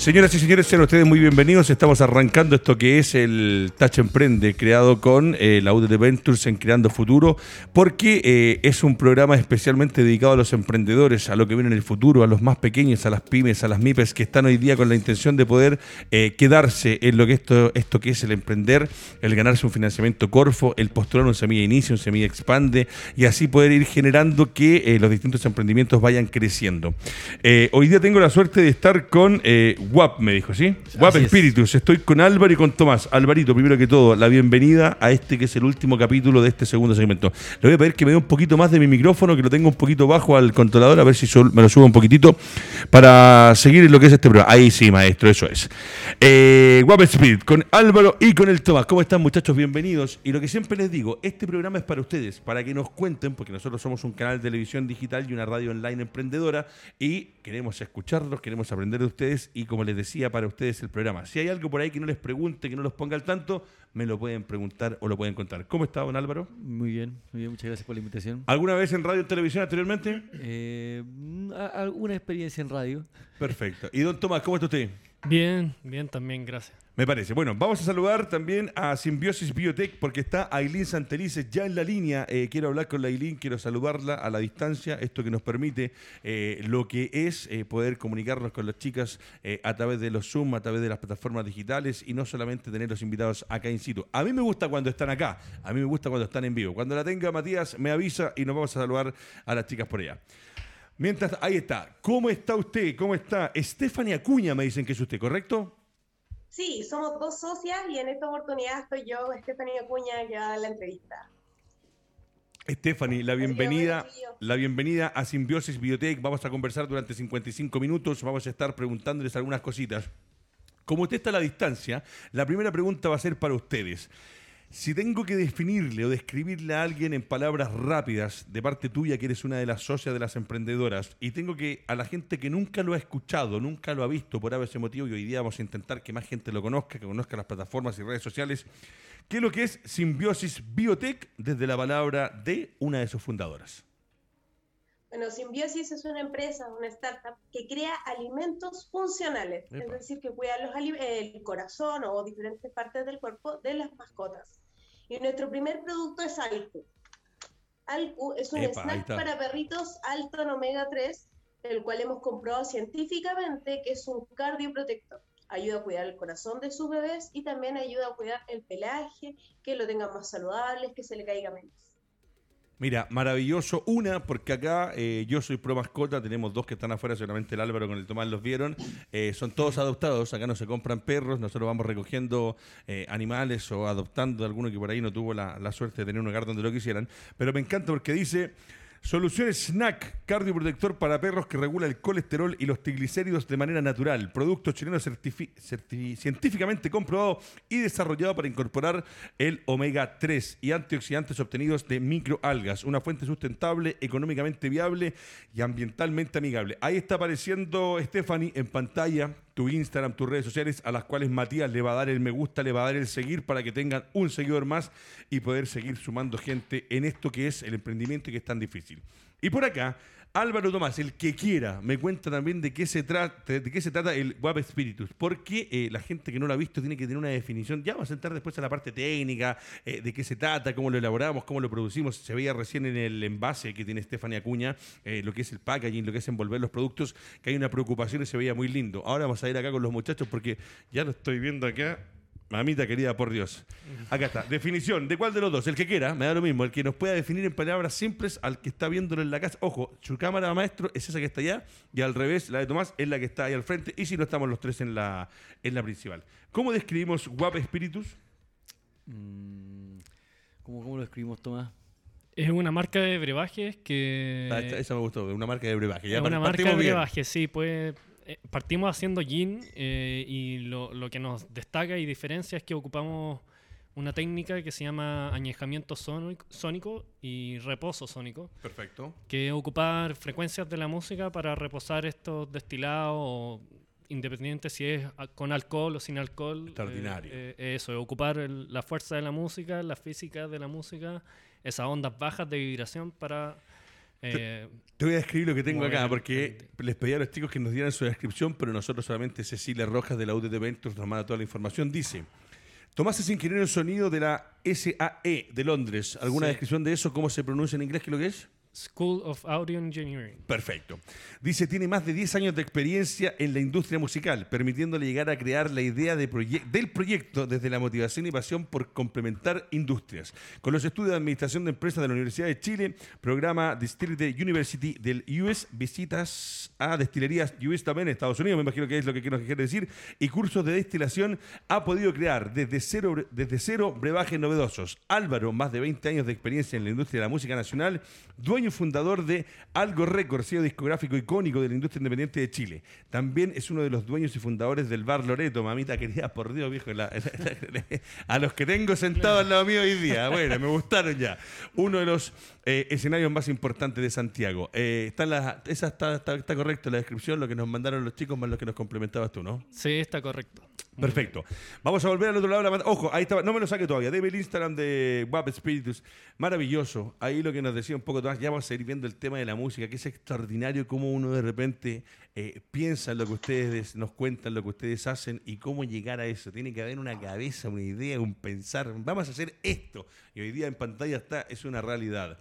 Señoras y señores, sean ustedes muy bienvenidos. Estamos arrancando esto que es el Touch Emprende, creado con la UDT Ventures en Creando Futuro, porque es un programa especialmente dedicado a los emprendedores, a lo que viene en el futuro, a los más pequeños, a las pymes, a las MIPES que están hoy día con la intención de poder quedarse en lo que esto que es el emprender, el ganarse un financiamiento Corfo, el postular un Semilla Inicia, un Semilla Expande, y así poder ir generando que los distintos emprendimientos vayan creciendo. Hoy día tengo la suerte de estar con WAP, me dijo, ¿sí? WAP Espíritus. Estoy con Álvaro y con Tomás. Alvarito, primero que todo, la bienvenida a este que es el último capítulo de este segundo segmento. Le voy a pedir que me dé un poquito más de mi micrófono, que lo tengo un poquito bajo al controlador, a ver si me lo subo un poquitito para seguir lo que es este programa. Ahí sí, maestro, eso es. WAP Spirit, con Álvaro y con el Tomás. ¿Cómo están, muchachos? Bienvenidos. Y lo que siempre les digo, este programa es para ustedes, para que nos cuenten, porque nosotros somos un canal de televisión digital y una radio online emprendedora y queremos escucharlos, queremos aprender de ustedes y, como les decía, para ustedes el programa. Si hay algo por ahí que no les pregunte, que no los ponga al tanto, me lo pueden preguntar o lo pueden contar. ¿Cómo está, don Álvaro? Muy bien, muchas gracias por la invitación. ¿Alguna vez en radio o televisión anteriormente? Alguna experiencia en radio. Perfecto. ¿Y don Tomás, cómo está usted? Bien, bien también, gracias. Me parece. Bueno, vamos a saludar también a Simbiosis Biotech porque está Ailín Santelices ya en la línea. Quiero hablar con la Ailín, quiero saludarla a la distancia, esto que nos permite lo que es poder comunicarnos con las chicas a través de los Zoom, a través de las plataformas digitales y no solamente tener los invitados acá in situ. A mí me gusta cuando están acá, a mí me gusta cuando están en vivo. Cuando la tenga Matías me avisa y nos vamos a saludar a las chicas por allá. Mientras, ahí está. ¿Cómo está usted? ¿Cómo está? Stephanie Acuña me dicen que es usted, ¿correcto? Sí, somos dos socias y en esta oportunidad estoy yo, Stephanie Acuña, que va a dar la entrevista. Stephanie, la bienvenida a Simbiosis Biotech. Vamos a conversar durante 55 minutos, vamos a estar preguntándoles algunas cositas. Como usted está a la distancia, la primera pregunta va a ser para ustedes. Si tengo que definirle o describirle a alguien en palabras rápidas, de parte tuya, que eres una de las socias de las emprendedoras, y tengo que, a la gente que nunca lo ha escuchado, nunca lo ha visto por ese motivo, y hoy día vamos a intentar que más gente lo conozca, que conozca las plataformas y redes sociales, ¿qué es lo que es Simbiosis Biotech desde la palabra de una de sus fundadoras? Bueno, Simbiosis es una empresa, una startup que crea alimentos funcionales, es decir, que cuida el corazón o diferentes partes del cuerpo de las mascotas. Y nuestro primer producto es Alku. Alku es un snack para perritos alto en omega 3, el cual hemos comprobado científicamente que es un cardioprotector. Ayuda a cuidar el corazón de sus bebés y también ayuda a cuidar el pelaje, que lo tengan más saludables, que se le caiga menos. Mira, maravilloso. Una, porque acá yo soy pro mascota, tenemos dos que están afuera, seguramente el Álvaro con el Tomás los vieron. Son todos adoptados, acá no se compran perros, nosotros vamos recogiendo animales o adoptando a alguno que por ahí no tuvo la suerte de tener un hogar donde lo quisieran. Pero me encanta porque dice: Soluciones Snack, cardioprotector para perros que regula el colesterol y los triglicéridos de manera natural. Producto chileno científicamente comprobado y desarrollado para incorporar el omega 3 y antioxidantes obtenidos de microalgas. Una fuente sustentable, económicamente viable y ambientalmente amigable. Ahí está apareciendo, Stephanie, en pantalla tu Instagram, tus redes sociales, a las cuales Matías le va a dar el me gusta, le va a dar el seguir para que tengan un seguidor más y poder seguir sumando gente en esto que es el emprendimiento y que es tan difícil. Y por acá, Álvaro Tomás, el que quiera, me cuenta también de qué se trata el WAP Spiritus, porque la gente que no lo ha visto tiene que tener una definición. Ya vamos a entrar después a la parte técnica, de qué se trata, cómo lo elaboramos, cómo lo producimos. Se veía recién en el envase que tiene Stephanie Acuña, lo que es el packaging, lo que es envolver los productos, que hay una preocupación y se veía muy lindo. Ahora vamos a ir acá con los muchachos porque ya lo estoy viendo acá. Mamita querida, por Dios. Acá está. Definición. ¿De cuál de los dos? El que quiera, me da lo mismo. El que nos pueda definir en palabras simples al que está viéndolo en la casa. Ojo, su cámara, maestro, es esa que está allá. Y al revés, la de Tomás, es la que está ahí al frente. Y si no, estamos los tres en la principal. ¿Cómo describimos WAP Spiritus? ¿Cómo lo escribimos, Tomás? Es una marca de brebajes que... Esa me gustó, una marca de brebaje. Es una marca de brebajes, sí, pues... Partimos haciendo gin y lo que nos destaca y diferencia es que ocupamos una técnica que se llama añejamiento sónico y reposo sónico. Perfecto. Que es ocupar frecuencias de la música para reposar estos destilados, o independiente si es con alcohol o sin alcohol. Extraordinario. Eso, es ocupar la fuerza de la música, la física de la música, esas ondas bajas de vibración para Te voy a describir lo que tengo acá, mover porque el- les pedí a los chicos que nos dieran su descripción, pero nosotros solamente Cecilia Rojas de la UDT Ventures nos manda toda la información. Dice: Tomás es ingeniero en sonido de la SAE de Londres. ¿Alguna Sí. descripción de eso? ¿Cómo se pronuncia en inglés? ¿Qué es lo que es? School of Audio Engineering. Perfecto. Dice, tiene más de 10 años de experiencia en la industria musical, permitiéndole llegar a crear la idea del proyecto desde la motivación y pasión por complementar industrias. Con los estudios de Administración de Empresas de la Universidad de Chile, programa Distillery University del US, visitas a destilerías US también en Estados Unidos, me imagino que es lo que nos quiere decir, y cursos de destilación, ha podido crear desde cero brebajes novedosos. Álvaro, más de 20 años de experiencia en la industria de la música nacional, dueño y fundador de Algo Records, sello discográfico icónico de la industria independiente de Chile. También es uno de los dueños y fundadores del Bar Loreto, mamita querida, por Dios, viejo, a los que tengo sentados al lado mío hoy día. Bueno, me gustaron ya. Uno de los escenarios más importantes de Santiago. Está correcto la descripción, lo que nos mandaron los chicos más lo que nos complementabas tú, ¿no? Sí, está correcto. Muy Perfecto. Vamos a volver al otro lado de la pantalla. Ojo, ahí estaba, no me lo saque todavía. Debe el Instagram de WAP Spiritus. Maravilloso. Ahí lo que nos decía un poco más. Ya vamos a ir viendo el tema de la música, que es extraordinario cómo uno de repente piensa en lo que ustedes nos cuentan, lo que ustedes hacen y cómo llegar a eso. Tiene que haber una cabeza, una idea, un pensar. Vamos a hacer esto. Y hoy día en pantalla está, es una realidad.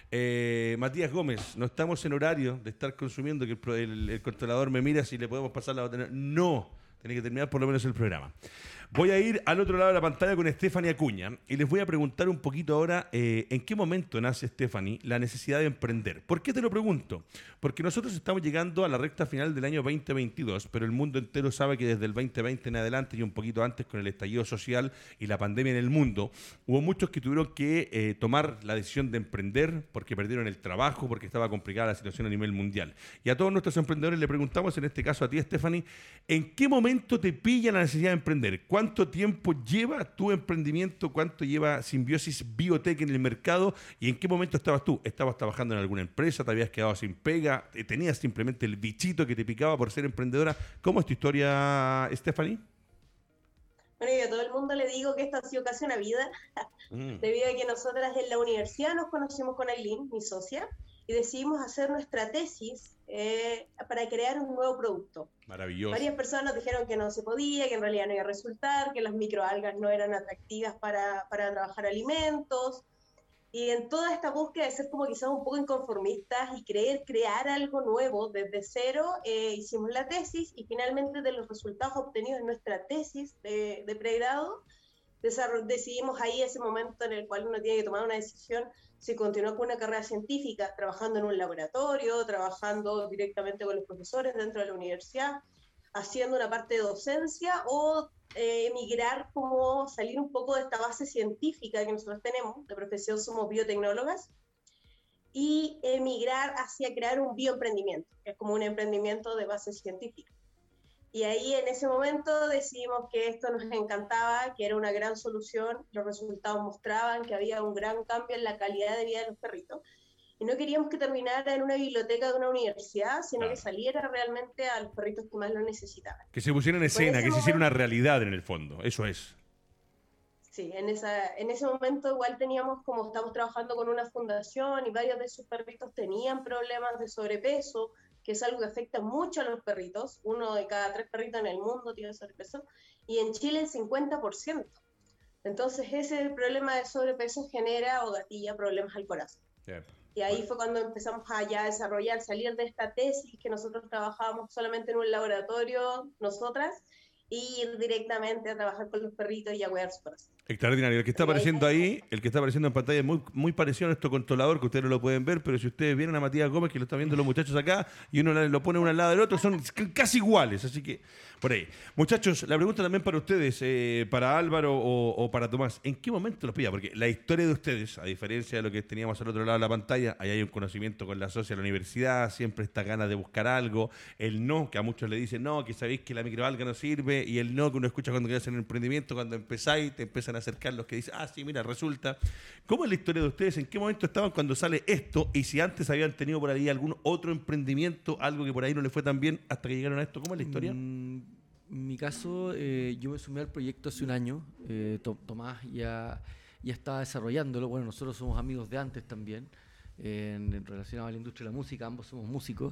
Matías Gómez, no estamos en horario de estar consumiendo, que el controlador me mira si le podemos pasar la botella. No. Tiene que terminar por lo menos el programa. Voy a ir al otro lado de la pantalla con Stephanie Acuña y les voy a preguntar un poquito ahora en qué momento nace, Stephanie, la necesidad de emprender. ¿Por qué te lo pregunto? Porque nosotros estamos llegando a la recta final del año 2022, pero el mundo entero sabe que desde el 2020 en adelante y un poquito antes con el estallido social y la pandemia en el mundo, hubo muchos que tuvieron que tomar la decisión de emprender porque perdieron el trabajo, porque estaba complicada la situación a nivel mundial. Y a todos nuestros emprendedores le preguntamos, en este caso a ti, Stephanie, ¿en qué momento te pilla la necesidad de emprender? ¿Cuánto tiempo lleva tu emprendimiento? ¿Cuánto lleva Simbiosis Biotech en el mercado? ¿Y en qué momento estabas tú? ¿Estabas trabajando en alguna empresa? ¿Te habías quedado sin pega? ¿Tenías simplemente el bichito que te picaba por ser emprendedora? ¿Cómo es tu historia, Stephanie? Bueno, yo a todo el mundo le digo que esto ha sido casi una vida, debido a que nosotras en la universidad nos conocimos con Aileen, mi socia, y decidimos hacer nuestra tesis para crear un nuevo producto. Maravilloso. Varias personas dijeron que no se podía, que en realidad no iba a resultar, que las microalgas no eran atractivas para trabajar alimentos. Y en toda esta búsqueda de ser como quizás un poco inconformistas y crear algo nuevo desde cero, hicimos la tesis y finalmente de los resultados obtenidos en nuestra tesis de pregrado, decidimos ahí ese momento en el cual uno tiene que tomar una decisión si continúa con una carrera científica, trabajando en un laboratorio, trabajando directamente con los profesores dentro de la universidad, haciendo una parte de docencia o emigrar, como salir un poco de esta base científica que nosotros tenemos, de profesión somos biotecnólogas, y emigrar hacia crear un bioemprendimiento, que es como un emprendimiento de base científica. Y ahí en ese momento decidimos que esto nos encantaba, que era una gran solución, los resultados mostraban que había un gran cambio en la calidad de vida de los perritos. Y no queríamos que terminara en una biblioteca de una universidad, sino Claro. que saliera realmente a los perritos que más lo necesitaban. Que se pusiera en escena, que se hiciera una realidad en el fondo. Eso es. Sí, en ese momento igual teníamos, como estamos trabajando con una fundación y varios de sus perritos tenían problemas de sobrepeso, que es algo que afecta mucho a los perritos. 1 de cada 3 perritos en el mundo tiene sobrepeso, y en Chile el 50%. Entonces ese problema de sobrepeso genera o gatilla problemas al corazón. Yeah. Y ahí fue cuando empezamos a ya desarrollar, salir de esta tesis que nosotros trabajábamos solamente en un laboratorio, nosotras, y ir directamente a trabajar con los perritos y a cuidar su corazón. Extraordinario. El que está apareciendo ahí, el que está apareciendo en pantalla es muy parecido a nuestro controlador, que ustedes no lo pueden ver, pero si ustedes vieron a Matías Gómez, que lo están viendo los muchachos acá, y uno lo pone uno al lado del otro, son casi iguales, así que por ahí. Muchachos, la pregunta también para ustedes, para Álvaro o para Tomás, ¿en qué momento los pilla? Porque la historia de ustedes, a diferencia de lo que teníamos al otro lado de la pantalla, ahí hay un conocimiento con la socia de la universidad, siempre esta ganas de buscar algo, el no, que a muchos le dicen no, que sabéis que la microalga no sirve, y el no que uno escucha cuando quieres hacer un emprendimiento, cuando empezáis, te empiezan a acercar los que dicen, ah, sí, mira, resulta. ¿Cómo es la historia de ustedes? ¿En qué momento estaban cuando sale esto? Y si antes habían tenido por ahí algún otro emprendimiento, algo que por ahí no les fue tan bien hasta que llegaron a esto. ¿Cómo es la historia? En mi caso, yo me sumé al proyecto hace un año. Tomás ya estaba desarrollándolo. Bueno, nosotros somos amigos de antes también. relacionado a la industria de la música, ambos somos músicos.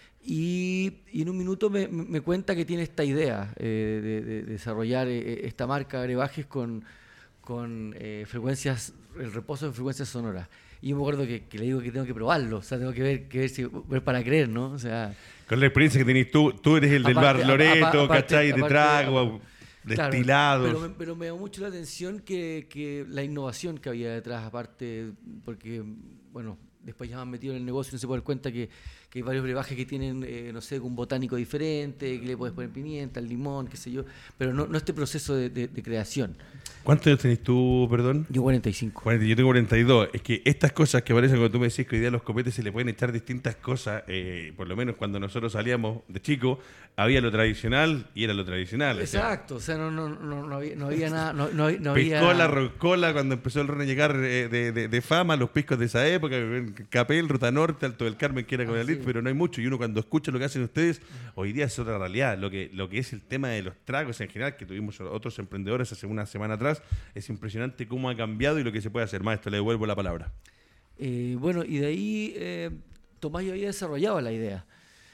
Y en un minuto me cuenta que tiene esta idea de desarrollar esta marca de brebajes con frecuencias, el reposo de frecuencias sonoras. Y yo me acuerdo que le digo que tengo que probarlo, o sea, tengo que ver para creer, ¿no? O sea, con la experiencia que tenés tú eres el del bar Loreto, ¿cachai? De trago, destilados. Claro, pero me llamó mucho la atención que la innovación que había detrás, aparte, porque, bueno, después ya me han metido en el negocio y no se puede dar cuenta que hay varios brebajes que tienen, no sé, un botánico diferente, que le puedes poner pimienta, el limón, qué sé yo, pero no este proceso de creación. ¿Cuántos años tenés tú, perdón? Yo 45. Yo tengo 42. Es que estas cosas que aparecen cuando tú me decís que hoy día a los copetes se le pueden echar distintas cosas, por lo menos cuando nosotros salíamos de chico, había lo tradicional y era lo tradicional. Exacto, o sea, no había nada. No había... Piscola, roncola, cuando empezó el ron a llegar de fama, los piscos de esa época, Capel, Ruta Norte, Alto del Carmen, que era con el sí. pero no hay mucho. Y uno cuando escucha lo que hacen ustedes, hoy día es otra realidad. Lo que es el tema de los tragos en general, que tuvimos otros emprendedores hace una semana atrás, es impresionante cómo ha cambiado y lo que se puede hacer. Maestro, le devuelvo la palabra. Bueno, y de ahí Tomás ya había desarrollado la idea.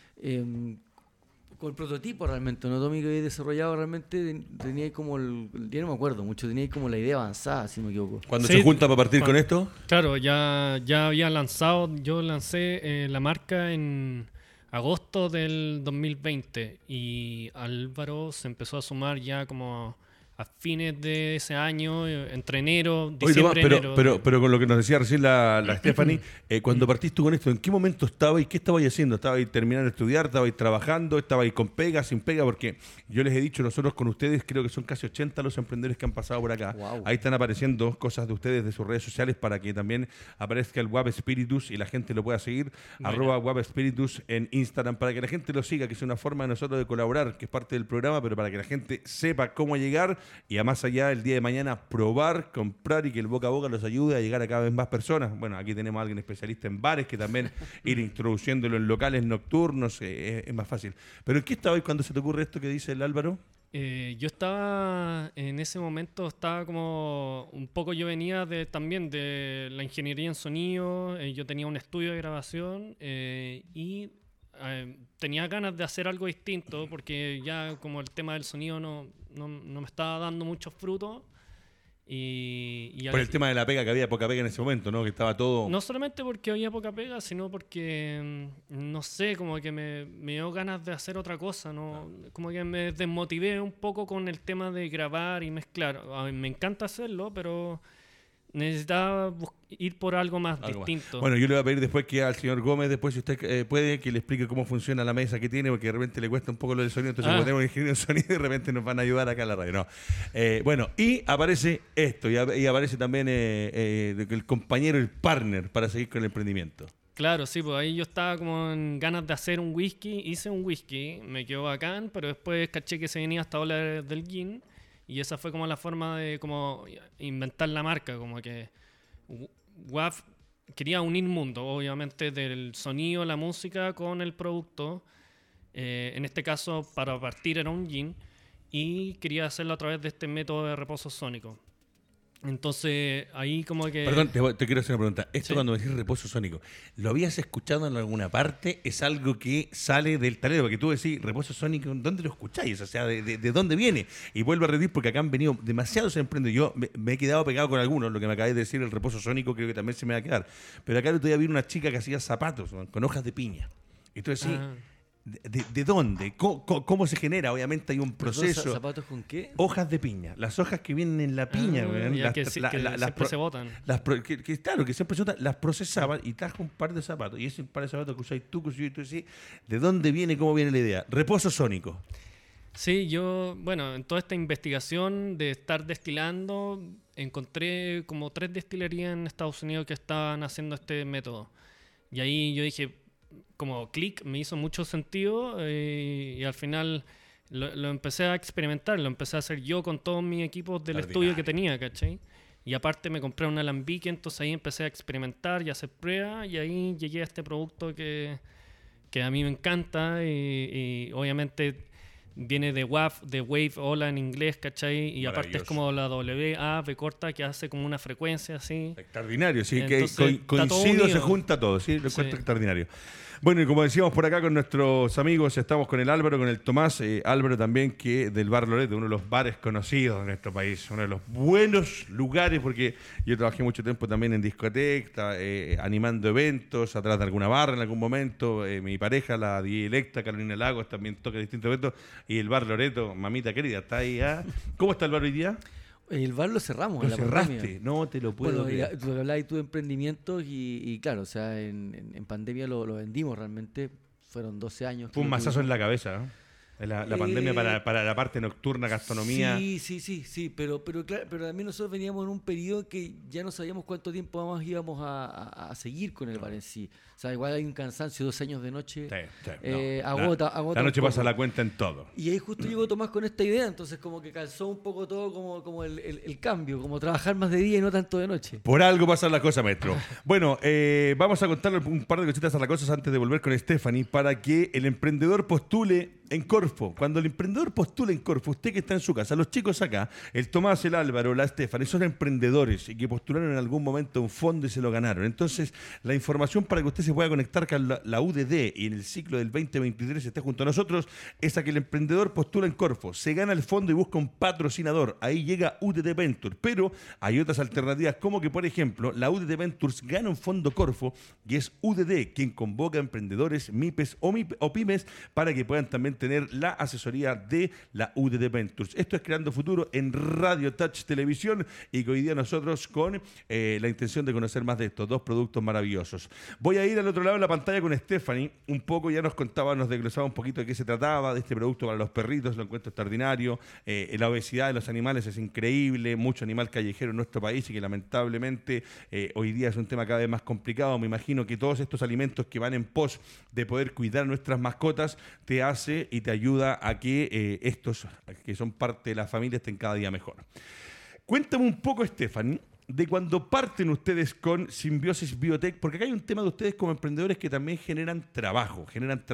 Con el prototipo realmente, ¿no? Tommy que había desarrollado realmente tenía como ya no me acuerdo mucho, tenía como la idea avanzada, si no me equivoco. ¿Cuándo se junta para partir con esto? Claro, ya había lanzado, yo lancé la marca en agosto del 2020 y Álvaro se empezó a sumar ya como a fines de ese año, entre enero, diciembre, enero. Pero con lo que nos decía recién la Stephanie, cuando partiste tú con esto, ¿en qué momento estabais? ¿Qué estabais haciendo? ¿Estabais terminando de estudiar? ¿Estabais trabajando? ¿Estabais con pega, sin pega? Porque yo les he dicho, nosotros con ustedes, creo que son casi 80 los emprendedores que han pasado por acá. Wow. Ahí están apareciendo cosas de ustedes de sus redes sociales para que también aparezca el WAP Spiritus y la gente lo pueda seguir. Bueno. @WAP Spiritus en Instagram, para que la gente lo siga, que es una forma de nosotros de colaborar, que es parte del programa, pero para que la gente sepa cómo llegar y a más allá el día de mañana probar, comprar y que el boca a boca los ayude a llegar a cada vez más personas. Bueno, aquí tenemos a alguien especialista en bares que también ir introduciéndolo en locales nocturnos es más fácil. ¿Pero en qué estabas cuando se te ocurre esto que dice el Álvaro? Yo estaba, en ese momento estaba como un poco, yo venía también de la ingeniería en sonido, yo tenía un estudio de grabación y tenía ganas de hacer algo distinto porque ya como el tema del sonido no me estaba dando muchos frutos. Por el tema de la pega, que había poca pega en ese momento, ¿no? Que estaba todo... No solamente porque había poca pega, sino porque, no sé, como que me dio ganas de hacer otra cosa, ¿no? Como que me desmotivé un poco con el tema de grabar y mezclar. A mí me encanta hacerlo, pero necesitaba ir por algo más distinto. Bueno, yo le voy a pedir después que al señor Gómez, después si usted puede, que le explique cómo funciona la mesa que tiene, porque de repente le cuesta un poco lo del sonido, entonces como tenemos un ingeniero en sonido, de repente nos van a ayudar acá a la radio. No. Bueno, y aparece esto, y aparece también el compañero, el partner, para seguir con el emprendimiento. Claro, sí, pues ahí yo estaba como en ganas de hacer un whisky, hice un whisky, me quedó bacán, pero después caché que se venía esta ola del gin, y esa fue como la forma de como inventar la marca, como que WAP quería unir mundo, obviamente, del sonido, la música con el producto. En este caso, para partir era un gin, y quería hacerlo a través de este método de reposo sónico. Entonces, ahí como que... Perdón, te quiero hacer una pregunta. Esto Sí. cuando decís reposo sónico, ¿lo habías escuchado en alguna parte? ¿Es algo que sale del tablero? Porque tú decís reposo sónico, ¿dónde lo escucháis? O sea, ¿de dónde viene? Y vuelvo a repetir porque acá han venido demasiados emprendedores. Yo me he quedado pegado con algunos, lo que me acabáis de decir, el reposo sónico creo que también se me va a quedar. Pero acá el otro día vi una chica que hacía zapatos, ¿no? Con hojas de piña. Y tú decís... ¿De dónde? ¿Cómo se genera? Obviamente hay un proceso. ¿Zapatos con qué? Hojas de piña. Las hojas que vienen en la piña, que siempre se botan. Claro, que siempre se botan. Las procesaban y trajo un par de zapatos. Y ese par de zapatos que usáis tú, que usáis tú, decís, ¿de dónde viene? ¿Cómo viene la idea? Reposo sónico. Sí, yo, bueno, en toda esta investigación de estar destilando, encontré como 3 destilerías en Estados Unidos que estaban haciendo este método. Y ahí yo dije, como clic, me hizo mucho sentido y al final lo empecé a experimentar, lo empecé a hacer yo con todos mis equipos del estudio que tenía, ¿cachai? Y aparte me compré un alambique, entonces ahí empecé a experimentar y a hacer pruebas y ahí llegué a este producto que a mí me encanta y obviamente viene de wave, hola en inglés, ¿cachai? Y aparte es como la W, A, B corta, que hace como una frecuencia así. Extraordinario, sí, Entonces, que coincido, se junta todo, sí, lo encuentro Sí. extraordinario. Bueno, y como decíamos por acá con nuestros amigos, estamos con el Álvaro, con el Tomás. Álvaro también, que del Bar Loreto, uno de los bares conocidos de nuestro país, uno de los buenos lugares, porque yo trabajé mucho tiempo también en discoteca, animando eventos, atrás de alguna barra en algún momento. Mi pareja, la DJ Electa, Carolina Lagos, también toca distintos eventos. Y el Bar Loreto, mamita querida, está ahí. ¿Cómo está el bar hoy día? El bar lo cerramos Lo en la cerraste, pandemia. no te lo puedo Bueno, creer. tú hablabas tú de emprendimientos y claro, o sea, en pandemia lo vendimos realmente. Fueron 12 años. Fue un que lo mazazo en tuvimos. la cabeza, ¿no? La pandemia para la parte nocturna, gastronomía. Sí, pero también nosotros veníamos en un periodo que ya no sabíamos cuánto tiempo más íbamos a seguir con el bar en sí. O sea, igual hay un cansancio, 2 años de noche. Sí, Agota la noche un pasa poco. la cuenta en todo. Y ahí justo llegó Tomás con esta idea, entonces como que calzó un poco todo como el cambio, como trabajar más de día y no tanto de noche. Por algo pasan las cosas, maestro. Bueno, vamos a contarle un par de cositas a las cosas antes de volver con Stephanie para que el emprendedor postule en Corfo. Cuando el emprendedor postula en Corfo, usted que está en su casa, los chicos acá, el Tomás, el Álvaro, la Stephanie, son emprendedores y que postularon en algún momento un fondo y se lo ganaron. Entonces, la información para que usted se pueda conectar con la UDD y en el ciclo del 2023 esté junto a nosotros es a que el emprendedor postula en Corfo, se gana el fondo y busca un patrocinador. Ahí llega UDD Ventures. Pero hay otras alternativas, como que, por ejemplo, la UDD Ventures gana un fondo Corfo y es UDD quien convoca a emprendedores, MIPES o pymes para que puedan también tener la asesoría de la UDD Ventures. Esto es Creando Futuro en Radio Touch Televisión y que hoy día nosotros con la intención de conocer más de estos dos productos maravillosos. Voy a ir al otro lado de la pantalla con Stephanie. Un poco ya nos contaba, nos desglosaba un poquito de qué se trataba, de este producto para los perritos, lo encuentro extraordinario. La obesidad de los animales es increíble, mucho animal callejero en nuestro país y que lamentablemente hoy día es un tema cada vez más complicado. Me imagino que todos estos alimentos que van en pos de poder cuidar nuestras mascotas te hace y te ayuda a que estos que son parte de la familia estén cada día mejor. Cuéntame un poco, Stephanie, de cuando parten ustedes con Simbiosis Biotech, porque acá hay un tema de ustedes como emprendedores que también generan trabajo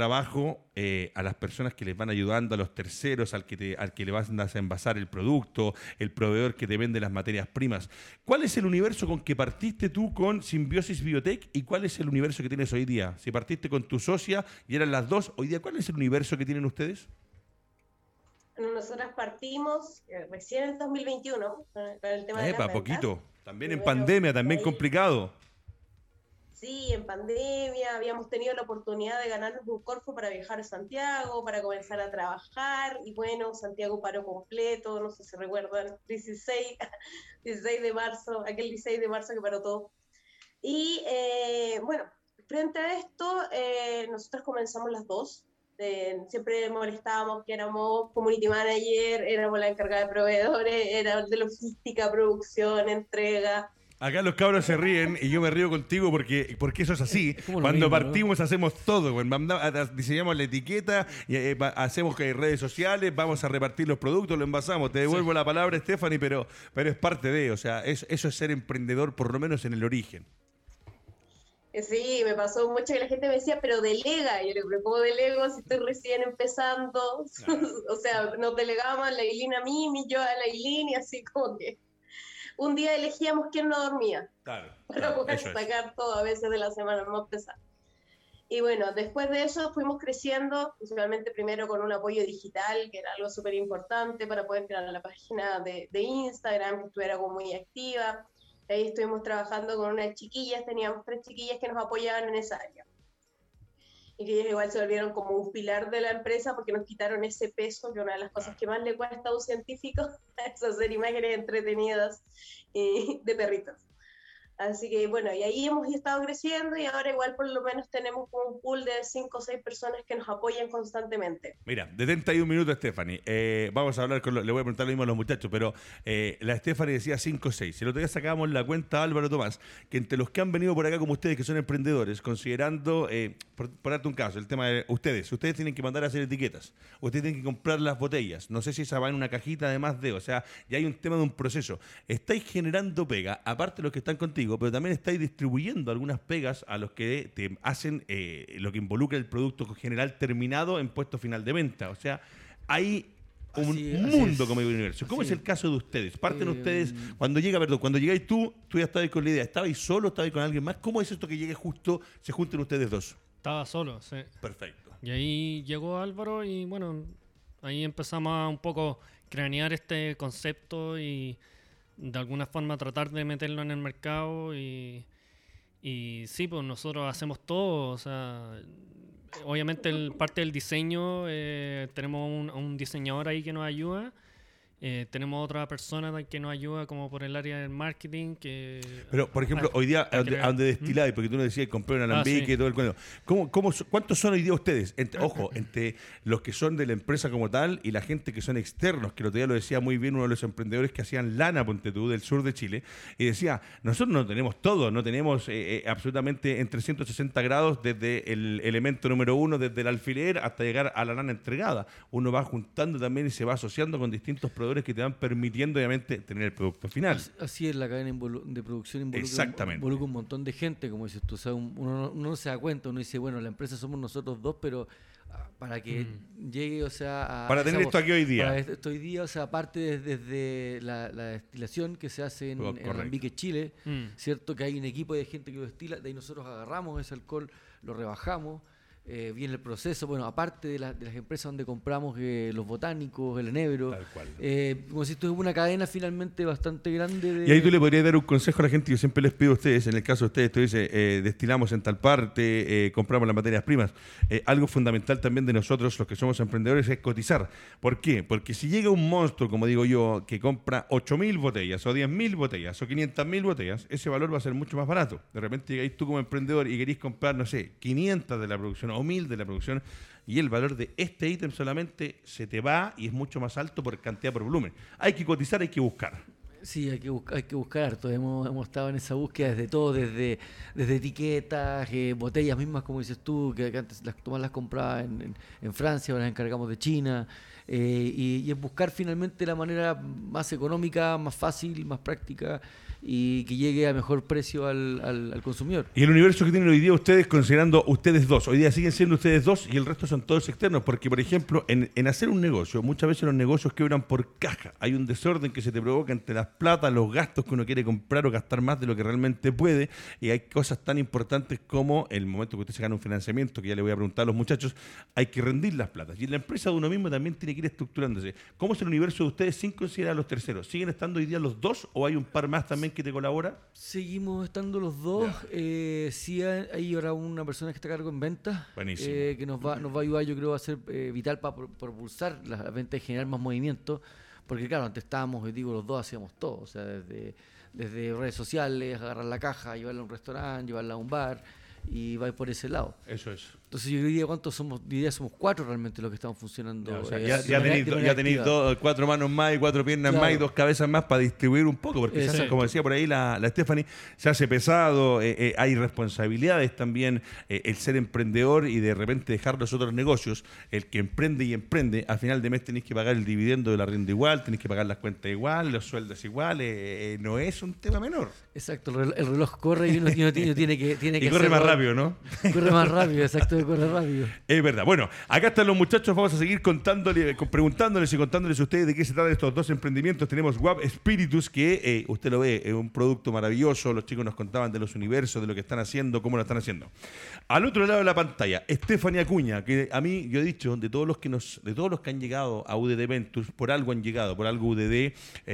a las personas que les van ayudando, a los terceros, al que le vas a envasar el producto, el proveedor que te vende las materias primas. ¿Cuál es el universo con que partiste tú con Simbiosis Biotech y cuál es el universo que tienes hoy día? Si partiste con tu socia y eran las dos, hoy día, ¿cuál es el universo que tienen ustedes? Bueno, nosotras partimos recién en 2021 con el tema de las ventas. Poquito. También en Primero, pandemia, también ahí, complicado. Sí, en pandemia habíamos tenido la oportunidad de ganarnos un Corfo para viajar a Santiago, para comenzar a trabajar, y bueno, Santiago paró completo, no sé si recuerdan, 16 de marzo, aquel 16 de marzo que paró todo. Y bueno, frente a esto, nosotros comenzamos las dos. Siempre molestábamos que éramos community manager, éramos la encargada de proveedores, era de logística, producción, entrega. Acá los cabros se ríen y yo me río contigo porque eso es así. Como lo Cuando mismo, partimos hacemos todo. Diseñamos la etiqueta, hacemos redes sociales, vamos a repartir los productos, lo envasamos. Te devuelvo la palabra, Stephanie, pero es parte de, o sea, eso es ser emprendedor, por lo menos en el origen. Sí, me pasó mucho que la gente me decía, pero delega. Y yo le digo, ¿cómo delego si estoy recién empezando? Claro. O sea, nos delegábamos la Ailín a mí, yo a la Ailín, y así como que un día elegíamos quién no dormía. Claro, para poder sacar todo a veces de la semana más pesada. Y bueno, después de eso fuimos creciendo, principalmente primero con un apoyo digital, que era algo súper importante para poder crear la página de Instagram, que estuviera como muy activa. Ahí estuvimos trabajando con unas chiquillas, teníamos 3 chiquillas que nos apoyaban en esa área. Y que ellas igual se volvieron como un pilar de la empresa porque nos quitaron ese peso, que una de las cosas que más le cuesta a un científico es hacer imágenes entretenidas de perritos. Así que bueno, y ahí hemos estado creciendo y ahora igual por lo menos tenemos un pool de 5 o 6 personas que nos apoyan constantemente. Mira, de 31 minutos, Stephanie. Vamos a hablar le voy a preguntar lo mismo a los muchachos, pero la Stephanie decía 5 o 6. El otro día sacábamos la cuenta, Álvaro Tomás, que entre los que han venido por acá como ustedes, que son emprendedores, considerando, por darte un caso, el tema de ustedes tienen que mandar a hacer etiquetas, ustedes tienen que comprar las botellas, no sé si esa va en una cajita además de, o sea, ya hay un tema de un proceso. Estáis generando pega, aparte de los que están contigo, pero también estáis distribuyendo algunas pegas a los que te hacen lo que involucra el producto general terminado en puesto final de venta. O sea, hay un Así mundo es. como el universo. ¿Cómo Así es el es. caso de ustedes? Parten ustedes, cuando llegáis tú ya estabas con la idea, ¿estabais solo, estabais con alguien más? ¿Cómo es esto que llegue justo, se junten ustedes dos? Estaba solo, sí. Perfecto. Y ahí llegó Álvaro y bueno, ahí empezamos a un poco cranear este concepto y de alguna forma tratar de meterlo en el mercado y sí, pues nosotros hacemos todo, o sea, obviamente parte del diseño, tenemos un diseñador ahí que nos ayuda. Tenemos otra persona que nos ayuda como por el área del marketing. Pero, por ejemplo, hoy día, a donde destiláis, porque tú nos decías, compré un alambique sí. y todo el cuento. ¿Cuántos son hoy día ustedes? Entre los que son de la empresa como tal y la gente que son externos, que el otro día lo decía muy bien uno de los emprendedores que hacían lana, ponte tú, del sur de Chile, y decía, nosotros no tenemos todo, no tenemos absolutamente en 360 grados desde el elemento número 1, desde el alfiler hasta llegar a la lana entregada. Uno va juntando también y se va asociando con distintos productos que te van permitiendo, obviamente, tener el producto final. Así es, la cadena de producción Exactamente. involucra un montón de gente, como dices tú. O sea, uno no se da cuenta, uno dice, bueno, la empresa somos nosotros dos, pero para que llegue, o sea... Para tener esto aquí hoy día. Para esto hoy día, o sea, aparte desde la destilación que se hace en Alambique, Chile, ¿cierto? Que hay un equipo de gente que lo destila, de ahí nosotros agarramos ese alcohol, lo rebajamos, viene el proceso, bueno, aparte de las empresas donde compramos los botánicos, el enebro, Tal cual. como si esto es una cadena finalmente bastante grande. Y ahí tú le podrías dar un consejo a la gente. Yo siempre les pido a ustedes, en el caso de ustedes, tú dices, destilamos en tal parte, compramos las materias primas. Algo fundamental también de nosotros, los que somos emprendedores, es cotizar. ¿Por qué? Porque si llega un monstruo, como digo yo, que compra 8.000 botellas, o 10.000 botellas, o 500.000 botellas, ese valor va a ser mucho más barato. De repente llegáis tú como emprendedor y queréis comprar, no sé, 500 de la producción, o 1.000 de la producción, y el valor de este ítem solamente se te va y es mucho más alto por cantidad, por volumen. Hay que cotizar, hay que buscar. Sí, hay que buscar harto. Hemos estado en esa búsqueda desde todo, desde etiquetas, botellas mismas, como dices tú, que antes las compraba en Francia, ahora las encargamos de China, y es buscar finalmente la manera más económica, más fácil, más práctica, y que llegue a mejor precio al consumidor. Y el universo que tienen hoy día ustedes, considerando ustedes dos, hoy día siguen siendo ustedes dos y el resto son todos externos, porque por ejemplo, en hacer un negocio, muchas veces los negocios quebran por caja, hay un desorden que se te provoca entre las plata, los gastos que uno quiere comprar o gastar más de lo que realmente puede, y hay cosas tan importantes como el momento que usted se gana un financiamiento, que ya le voy a preguntar a los muchachos, hay que rendir las platas, y en la empresa de uno mismo también tiene que ir estructurándose. ¿Cómo es el universo de ustedes sin considerar a los terceros? ¿Siguen estando hoy día los dos o hay un par más también que te colabora? Seguimos estando los dos. Sí, hay ahora una persona que está a cargo en ventas, que nos va a ayudar, yo creo, va a ser vital para propulsar las ventas y generar más movimiento. Porque claro, antes estábamos, digo, los dos hacíamos todo, o sea, desde redes sociales, agarrar la caja, llevarla a un restaurante, llevarla a un bar, y va por ese lado. Eso es. Entonces yo diría, ¿cuántos somos? Diría somos 4 realmente los que estamos funcionando. Ya tenéis 4 manos más y 4 piernas más y 2 cabezas más para distribuir un poco, porque se hace, como decía por ahí la Stephanie, se hace pesado, hay responsabilidades también, el ser emprendedor y de repente dejar los otros negocios, el que emprende, al final de mes tenéis que pagar el dividendo de la renta igual, tenéis que pagar las cuentas igual, los sueldos iguales, no es un tema menor. Exacto, el reloj corre y uno tiene que y corre más rápido, ¿no? Corre más rápido, exacto. Corre rápido. Es verdad. Bueno, acá están los muchachos. Vamos a seguir preguntándoles y contándoles a ustedes de qué se tratan estos dos emprendimientos. Tenemos WAP Spiritus, que usted lo ve, es un producto maravilloso. Los chicos nos contaban de los universos, de lo que están haciendo, cómo lo están haciendo. Al otro lado de la pantalla, Stephanie Acuña, que a mí, yo he dicho, de todos los que han llegado a UDD Ventures, por algo han llegado, por algo UDD,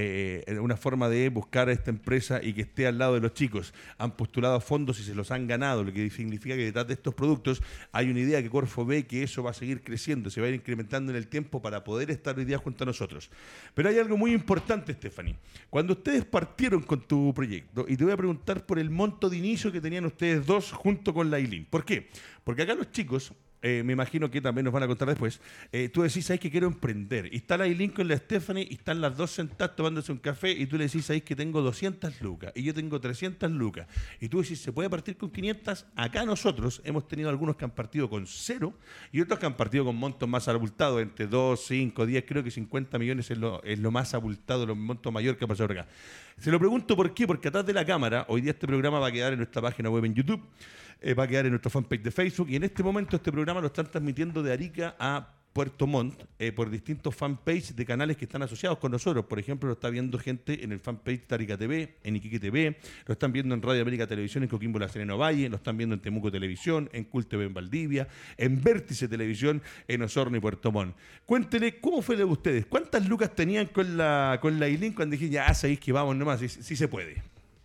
una forma de buscar a esta empresa y que esté al lado de los chicos. Han postulado fondos y se los han ganado, lo que significa que detrás de estos productos hay una idea que Corfo ve que eso va a seguir creciendo, se va a ir incrementando en el tiempo para poder estar hoy día junto a nosotros. Pero hay algo muy importante, Stephanie. Cuando ustedes partieron con tu proyecto, y te voy a preguntar por el monto de inicio que tenían ustedes dos junto con la Ailín. ¿Por qué? Porque acá los chicos, me imagino que también nos van a contar después, tú decís, ¿sabes que quiero emprender? Y está la Ailín con la Stephanie y están las dos sentadas tomándose un café y tú le decís, ¿sabes que tengo 200 lucas? Y yo tengo 300 lucas. Y tú decís, ¿se puede partir con 500? Acá nosotros hemos tenido algunos que han partido con 0 y otros que han partido con montos más abultados, entre 2, 5, 10, creo que 50 millones es lo más abultado, los montos mayor que ha pasado acá. Se lo pregunto por qué, porque atrás de la cámara, hoy día este programa va a quedar en nuestra página web en YouTube, va a quedar en nuestra fanpage de Facebook y en este momento este programa lo están transmitiendo de Arica a Puerto Montt por distintos fanpages de canales que están asociados con nosotros. Por ejemplo, lo está viendo gente en el fanpage Tarica TV, en Iquique TV, lo están viendo en Radio América Televisión en Coquimbo La Serena Valle, lo están viendo en Temuco Televisión, en Cult TV en Valdivia, en Vértice Televisión en Osorno y Puerto Montt. Cuéntele, ¿cómo fue de ustedes? ¿Cuántas lucas tenían con la Ailín cuando dije, ya sabéis que vamos nomás, si se puede?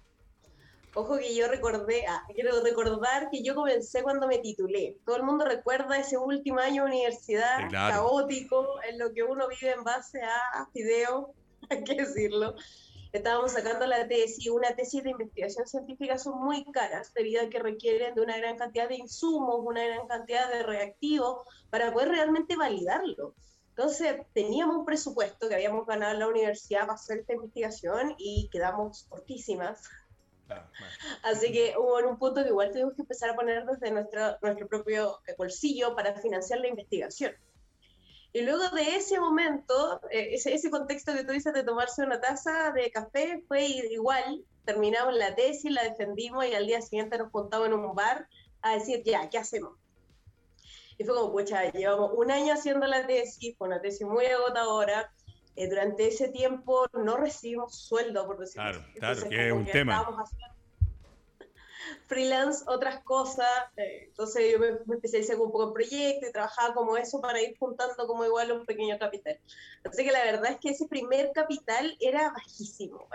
Ojo que yo quiero recordar que yo comencé cuando me titulé. Todo el mundo recuerda ese último año de universidad, claro, caótico, en lo que uno vive en base a videos, hay que decirlo. Estábamos sacando la tesis, una tesis de investigación científica son muy caras, debido a que requieren de una gran cantidad de insumos, una gran cantidad de reactivos, para poder realmente validarlo. Entonces, teníamos un presupuesto que habíamos ganado en la universidad para hacer esta investigación y quedamos cortísimas. Así que hubo en un punto que igual tuvimos que empezar a poner desde nuestro propio bolsillo para financiar la investigación. Y luego de ese momento, ese contexto que tú dices de tomarse una taza de café fue igual, terminamos la tesis, la defendimos y al día siguiente nos juntamos en un bar a decir, ya, ¿qué hacemos? Y fue como, pucha, llevamos un año haciendo la tesis, fue una tesis muy agotadora. Durante ese tiempo no recibimos sueldo, por decirlo así. Claro, que es un tema. Estábamos haciendo freelance, otras cosas. Entonces yo me especialicé un poco en proyectos y trabajaba como eso para ir juntando como igual un pequeño capital. Así que la verdad es que ese primer capital era bajísimo.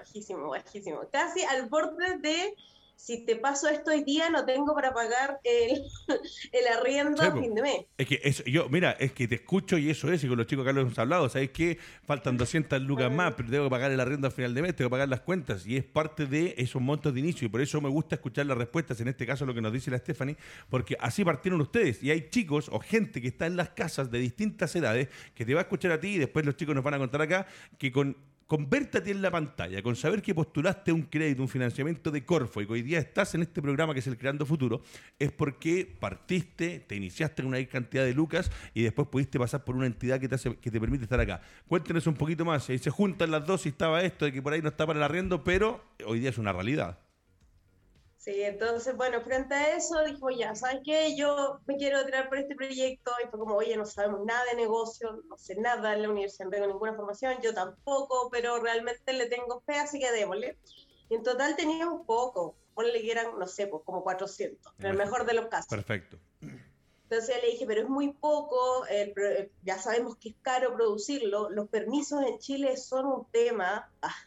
Casi al borde de, si te paso esto hoy día, no tengo para pagar el arriendo a fin de mes. Es que eso, es que te escucho y eso es, y con los chicos acá lo hemos hablado, ¿sabes qué? Faltan 200 lucas más, pero tengo que pagar el arriendo a final de mes, tengo que pagar las cuentas, y es parte de esos montos de inicio, y por eso me gusta escuchar las respuestas, en este caso lo que nos dice la Stephanie, porque así partieron ustedes, y hay chicos o gente que está en las casas de distintas edades, que te va a escuchar a ti, y después los chicos nos van a contar acá, que con verte a ti en la pantalla, con saber que postulaste un crédito, un financiamiento de Corfo y que hoy día estás en este programa que es el Creando Futuro, es porque partiste, te iniciaste en una gran cantidad de lucas y después pudiste pasar por una entidad que te permite estar acá. Cuéntenos un poquito más, se juntan las dos y estaba esto de que por ahí no está para el arriendo, pero hoy día es una realidad. Sí, entonces, bueno, frente a eso, dijo, ya, ¿sabes qué? Yo me quiero tirar por este proyecto, y fue como, oye, no sabemos nada de negocio, no sé nada en la universidad, no tengo ninguna formación, yo tampoco, pero realmente le tengo fe, así que démosle. Y en total teníamos poco, ponle que eran, no sé, pues como 400, en el mejor de los casos. Perfecto. Entonces le dije, pero es muy poco, ya sabemos que es caro producirlo, los permisos en Chile son un tema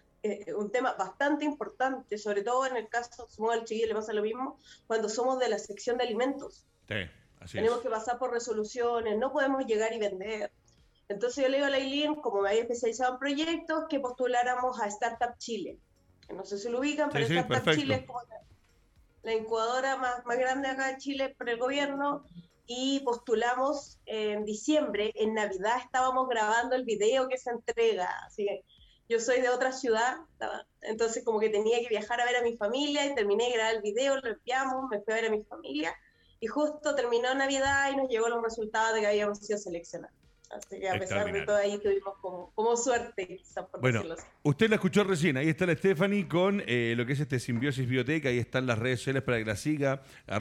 bastante importante, sobre todo en el caso, supongo al Chile le pasa lo mismo, cuando somos de la sección de alimentos. Sí, así Tenemos es. que pasar por resoluciones, no podemos llegar y vender. Entonces yo le digo a la Ailín, como me había especializado en proyectos, que postuláramos a Startup Chile. No sé si lo ubican, pero Startup perfecto. Chile es como la incubadora más grande acá en Chile por el gobierno, y postulamos en diciembre. En Navidad estábamos grabando el video que se entrega, así que yo soy de otra ciudad, entonces como que tenía que viajar a ver a mi familia y terminé de grabar el video, lo enviamos, me fui a ver a mi familia y justo terminó Navidad y nos llegó los resultados de que habíamos sido seleccionados. Así que a pesar de todo ahí tuvimos como suerte, quizás por decirlo así. Usted la escuchó recién, ahí está la Stephanie con lo que es Simbiosis Biotech, ahí están las redes sociales para que la siga,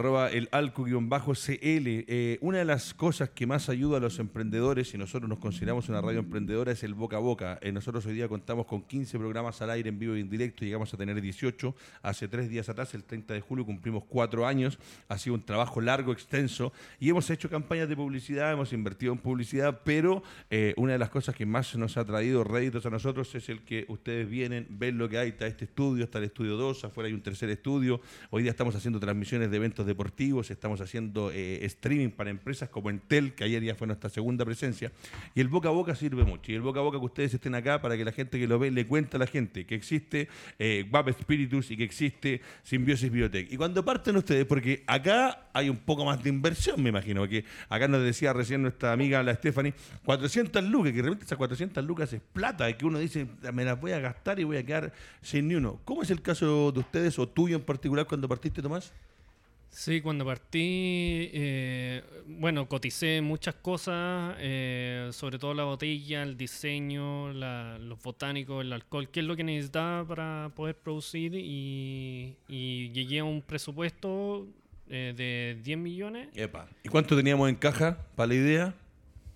@elalcu_cl. Una de las cosas que más ayuda a los emprendedores, y nosotros nos consideramos una radio emprendedora, es el boca a boca. Nosotros hoy día contamos con 15 programas al aire en vivo y en directo, llegamos a tener 18, hace 3 días atrás, el 30 de julio, cumplimos 4 años, ha sido un trabajo largo, extenso, y hemos hecho campañas de publicidad, hemos invertido en publicidad, pero una de las cosas que más nos ha traído réditos a nosotros es el que ustedes vienen, ven lo que hay, está este estudio, está el estudio 2, afuera hay un tercer estudio, hoy día estamos haciendo transmisiones de eventos deportivos, estamos haciendo streaming para empresas como Entel, que ayer ya fue nuestra segunda presencia, y el boca a boca sirve mucho, y el boca a boca que ustedes estén acá para que la gente que lo ve le cuente a la gente que existe Vape Spiritus y que existe Simbiosis Biotech. Y cuando parten ustedes, porque acá hay un poco más de inversión, me imagino, porque acá nos decía recién nuestra amiga la Stephanie, 400 lucas, que realmente esas 400 lucas es plata, y que uno dice, me las voy a gastar y voy a quedar sin ni uno. ¿Cómo es el caso de ustedes o tuyo en particular cuando partiste, Tomás? Sí, cuando partí, coticé muchas cosas, sobre todo la botella, el diseño, los botánicos, el alcohol, qué es lo que necesitaba para poder producir, y llegué a un presupuesto de 10 millones. Epa. ¿Y cuánto teníamos en caja para la idea?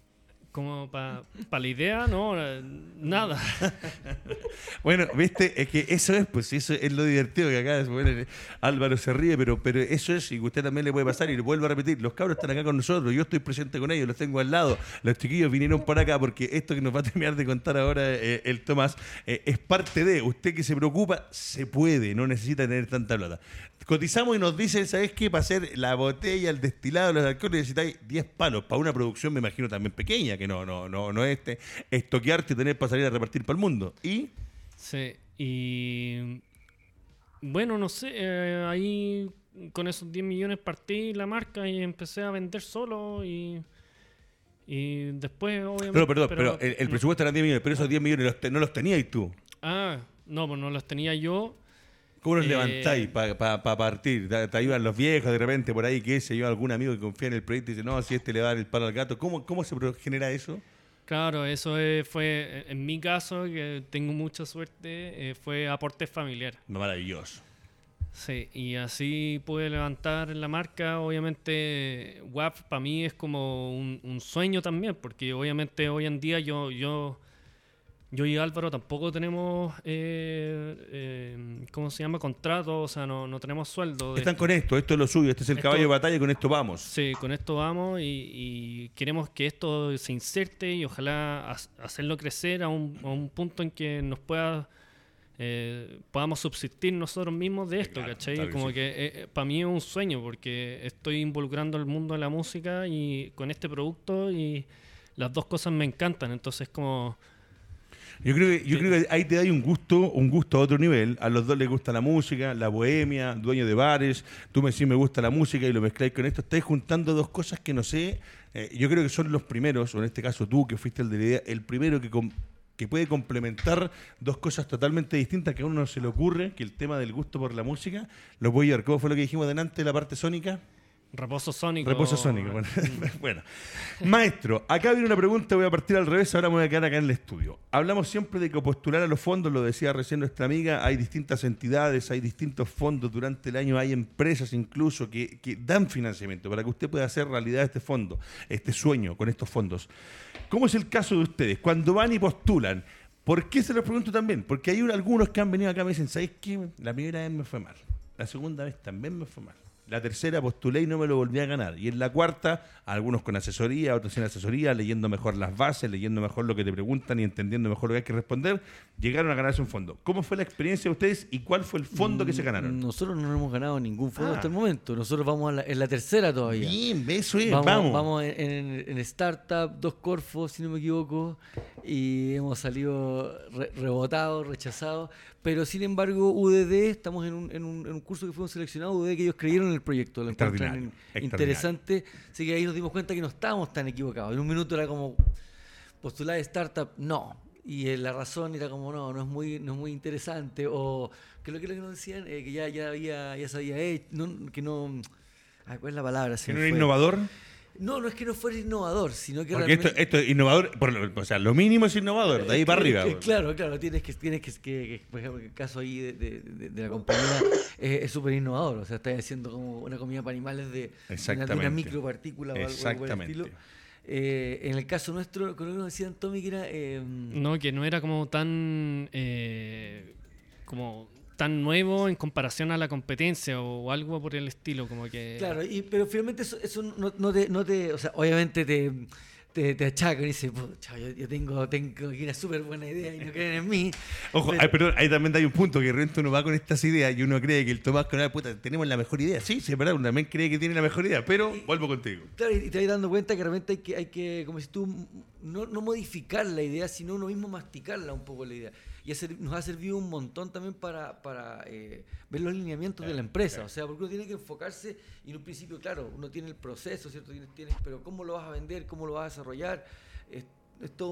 como para la idea, no, nada. Bueno, viste, es que eso es, pues eso es lo divertido que acá bueno, Álvaro se ríe, pero eso es, y usted también le puede pasar, y le vuelvo a repetir, los cabros están acá con nosotros, yo estoy presente con ellos, los tengo al lado, los chiquillos vinieron por acá, porque esto que nos va a terminar de contar ahora el Tomás, es parte de, usted que se preocupa, se puede, no necesita tener tanta plata. Cotizamos y nos dicen, ¿sabes qué? Para hacer la botella, el destilado, los alcoholes, necesitáis 10 palos, para una producción me imagino también pequeña, que no es estoquearte y tener para salir a repartir para el mundo. ¿Y? Sí, y bueno, no sé, ahí con esos 10 millones partí la marca y empecé a vender solo y después obviamente... Pero el presupuesto eran 10 millones, pero esos 10 millones no los tenías tú. No, pues no los tenía yo. ¿Cómo los levantáis para partir? ¿Te ayudan los viejos de repente por ahí? ¿Qué sé yo? ¿Algún amigo que confía en el proyecto y dice, no, si este le va a dar el palo al gato? ¿Cómo se genera eso? Claro, eso fue, en mi caso, que tengo mucha suerte, fue aporte familiar. Maravilloso. Sí, y así pude levantar la marca. Obviamente, WAP para mí es como un sueño también, porque obviamente hoy en día yo y Álvaro tampoco tenemos, ¿cómo se llama? Contrato, o sea, no tenemos sueldo. Están con esto es lo suyo, este es el caballo de batalla y con esto vamos. Sí, con esto vamos y queremos que esto se inserte y ojalá hacerlo crecer a un punto en que nos podamos subsistir nosotros mismos de esto, ¿cachai? Claro como sí. que para mí es un sueño porque estoy involucrando al mundo de la música y con este producto y las dos cosas me encantan, entonces como... Yo creo que ahí te da un gusto a otro nivel. A los dos les gusta la música, la bohemia, dueño de bares. Tú me decís me gusta la música y lo mezcláis con esto. Estáis juntando dos cosas que no sé. Yo creo que son los primeros, o en este caso tú que fuiste el de la idea, el primero que puede complementar dos cosas totalmente distintas que a uno no se le ocurre, que el tema del gusto por la música lo puede llevar. ¿Cómo fue lo que dijimos delante de la parte sónica? Reposo sónico. Bueno. Maestro, acá viene una pregunta, voy a partir al revés, ahora me voy a quedar acá en el estudio. Hablamos siempre de que postular a los fondos, lo decía recién nuestra amiga, hay distintas entidades, hay distintos fondos durante el año, hay empresas incluso que dan financiamiento para que usted pueda hacer realidad este fondo, este sueño con estos fondos. ¿Cómo es el caso de ustedes? Cuando van y postulan, ¿por qué se los pregunto también? Porque hay algunos que han venido acá y me dicen, ¿sabes qué? La primera vez me fue mal, la segunda vez también me fue mal. La tercera postulé y no me lo volví a ganar. Y en la cuarta, algunos con asesoría, otros sin asesoría, leyendo mejor las bases, leyendo mejor lo que te preguntan y entendiendo mejor lo que hay que responder, llegaron a ganarse un fondo. ¿Cómo fue la experiencia de ustedes y cuál fue el fondo que se ganaron? Nosotros no hemos ganado ningún fondo hasta el momento. Nosotros vamos en la tercera todavía. Bien, eso es, vamos en Startup, 2 Corfos, si no me equivoco, y hemos salido rebotados, rechazados. Pero sin embargo, UDD, estamos en un curso que fuimos seleccionados, UDD, que ellos creyeron en el proyecto, lo encuentran interesante. Así que ahí nos dimos cuenta que no estábamos tan equivocados. En un minuto era como, postular de startup, no. Y la razón era como, no es muy interesante. O que lo que nos decían, que ya se había hecho, que no... ¿Cuál es la palabra? ¿Que no era innovador? No es que no fuera innovador, sino que porque realmente... esto es innovador, o sea, lo mínimo es innovador, de ahí para arriba. Claro, tienes que por ejemplo, el caso ahí de la compañía es súper innovador, o sea, estás haciendo como una comida para animales de una micropartícula o algo por el estilo. En el caso nuestro, con lo que nos decían, Tommy, que era... que no era como tan tan nuevo en comparación a la competencia o algo por el estilo, como que... Claro, pero finalmente eso no te o sea, obviamente te achacan y dices, yo tengo aquí una súper buena idea y no creen en mí. Ojo, perdón, ahí también hay un punto que de repente uno va con estas ideas y uno cree que el Tomás con la puta tenemos la mejor idea. Sí, es verdad, uno también cree que tiene la mejor idea, pero vuelvo contigo. Claro, y te vas dando cuenta que realmente hay que como si tú, no modificar la idea, sino uno mismo masticarla un poco la idea. Y nos ha servido un montón también para ver los lineamientos de la empresa. O sea, porque uno tiene que enfocarse y en un principio, claro, uno tiene el proceso, ¿cierto? Pero ¿cómo lo vas a vender? ¿Cómo lo vas a desarrollar? es todo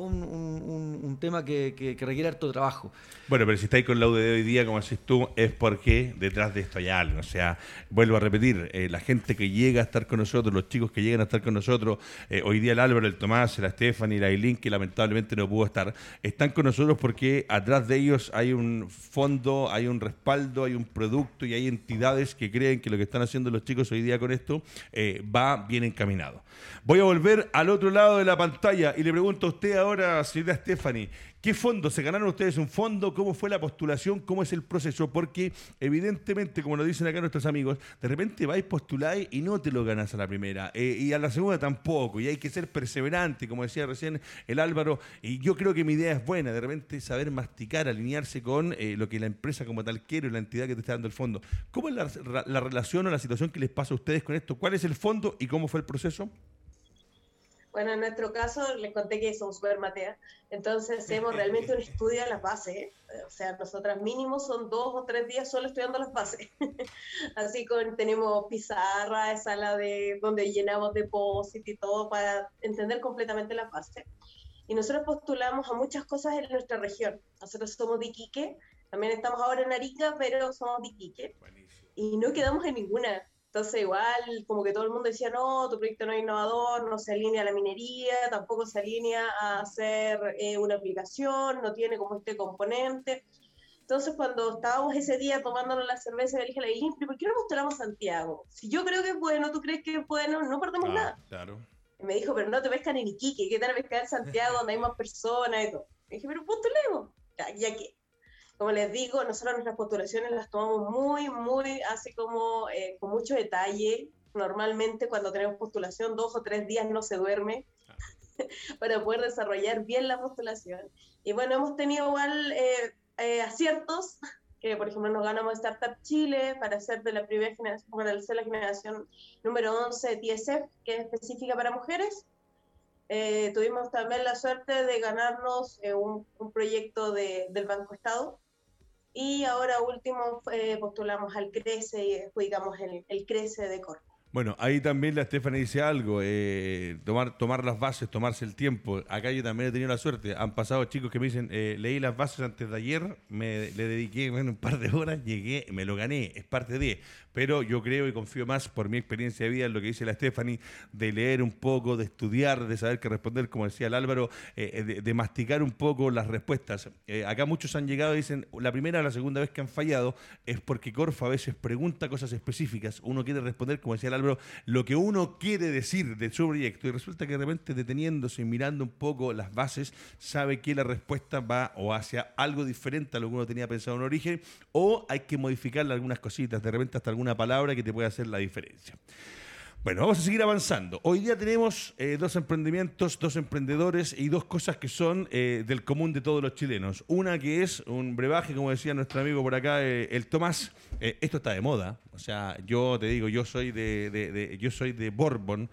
un tema que requiere harto trabajo. Bueno, pero si estáis con la UDD hoy día, como decís tú, es porque detrás de esto hay algo. O sea, vuelvo a repetir, la gente que llega a estar con nosotros, los chicos que llegan a estar con nosotros, hoy día el Álvaro, el Tomás, la Stephanie, la Eileen, que lamentablemente no pudo estar, están con nosotros porque atrás de ellos hay un fondo, hay un respaldo, hay un producto y hay entidades que creen que lo que están haciendo los chicos hoy día con esto va bien encaminado. Voy a volver al otro lado de la pantalla y le pregunto a usted ahora, señorita Stephanie, ¿qué fondo? ¿Se ganaron ustedes un fondo? ¿Cómo fue la postulación? ¿Cómo es el proceso? Porque evidentemente, como nos dicen acá nuestros amigos, de repente vais, postuláis y no te lo ganas a la primera. Y a la segunda tampoco. Y hay que ser perseverante, como decía recién el Álvaro. Y yo creo que mi idea es buena, de repente saber masticar, alinearse con lo que la empresa como tal quiere o la entidad que te está dando el fondo. ¿Cómo es la relación o la situación que les pasa a ustedes con esto? ¿Cuál es el fondo y cómo fue el proceso? Bueno, en nuestro caso, les conté que somos super Matea, entonces hacemos realmente un estudio de las bases, o sea, nosotras mínimo son 2 o 3 días solo estudiando las bases, así tenemos pizarra, sala donde llenamos depósito y todo para entender completamente las bases. Y nosotros postulamos a muchas cosas en nuestra región, nosotros somos de Iquique, también estamos ahora en Arica, pero somos de Iquique, y no quedamos en ninguna. Entonces igual como que todo el mundo decía, no, tu proyecto no es innovador, no se alinea a la minería, tampoco se alinea a hacer una aplicación, no tiene como este componente. Entonces cuando estábamos ese día tomándonos la cerveza, le dije a la Eileen, ¿por qué no postulamos a Santiago? Si yo creo que es bueno, tú crees que es bueno, no perdemos nada. Claro. Y me dijo, pero no te pescan en Iquique, ¿qué tal pescar en Santiago donde hay más personas y todo? Y dije, pero postulemos, ya que. Como les digo, nosotros nuestras postulaciones las tomamos muy, así como con mucho detalle. Normalmente cuando tenemos postulación 2 o 3 días no se duerme para poder desarrollar bien la postulación. Y bueno, hemos tenido igual aciertos, que por ejemplo nos ganamos Startup Chile para ser de la primera generación, para ser la generación número 11 de TSF, que es específica para mujeres. Tuvimos también la suerte de ganarnos un proyecto del Banco Estado. Y ahora último postulamos al CRECE y adjudicamos el CRECE de Corfo. Bueno, ahí también la Stephanie dice algo, tomar las bases, tomarse el tiempo. Acá yo también he tenido la suerte. Han pasado chicos que me dicen, leí las bases antes de ayer, le dediqué un par de horas, llegué, me lo gané, es parte de. Pero yo creo y confío más por mi experiencia de vida en lo que dice la Stephanie, de leer un poco, de estudiar, de saber qué responder, como decía el Álvaro, de masticar un poco las respuestas. Acá muchos han llegado y dicen, la primera o la segunda vez que han fallado es porque Corfo a veces pregunta cosas específicas. Uno quiere responder, como decía el Álvaro, lo que uno quiere decir de su proyecto y resulta que de repente deteniéndose y mirando un poco las bases sabe que la respuesta va o hacia algo diferente a lo que uno tenía pensado en origen o hay que modificarle algunas cositas, de repente hasta alguna palabra que te pueda hacer la diferencia. Bueno, vamos a seguir avanzando. Hoy día tenemos 2 emprendimientos, 2 emprendedores y 2 cosas que son del común de todos los chilenos. Una que es un brebaje, como decía nuestro amigo por acá, el Tomás. Esto está de moda. O sea, yo te digo, yo soy de Bourbon.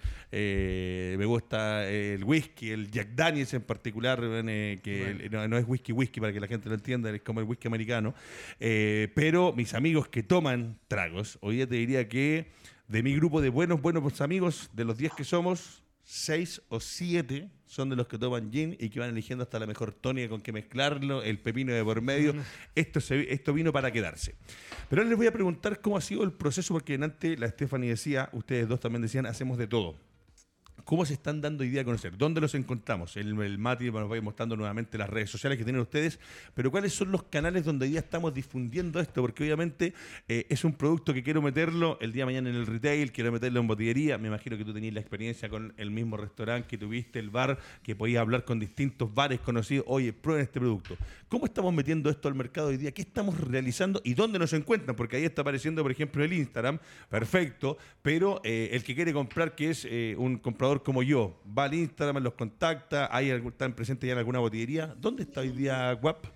Me gusta el whisky, el Jack Daniels en particular, que bueno. no es whisky para que la gente lo entienda, es como el whisky americano. Pero mis amigos que toman tragos, hoy día te diría que de mi grupo de buenos amigos, de los 10 que somos, 6 o 7 son de los que toman gin y que van eligiendo hasta la mejor tónica con que mezclarlo, el pepino de por medio. Esto vino para quedarse. Pero ahora les voy a preguntar cómo ha sido el proceso, porque antes la Stephanie decía, ustedes dos también decían, hacemos de todo. ¿Cómo se están dando idea a conocer? ¿Dónde los encontramos? El Mati nos va a ir mostrando nuevamente las redes sociales que tienen ustedes, pero ¿cuáles son los canales donde hoy día estamos difundiendo esto? Porque obviamente es un producto que quiero meterlo el día de mañana en el retail, quiero meterlo en botillería. Me imagino que tú tenías la experiencia con el mismo restaurante que tuviste, el bar, que podías hablar con distintos bares conocidos. Oye, prueben este producto. ¿Cómo estamos metiendo esto al mercado hoy día? ¿Qué estamos realizando y dónde nos encuentran? Porque ahí está apareciendo, por ejemplo, el Instagram, perfecto, pero el que quiere comprar, que es un comprador como yo, va al Instagram, los contacta, ¿están presentes ya en alguna botillería? ¿Dónde está hoy día WAP?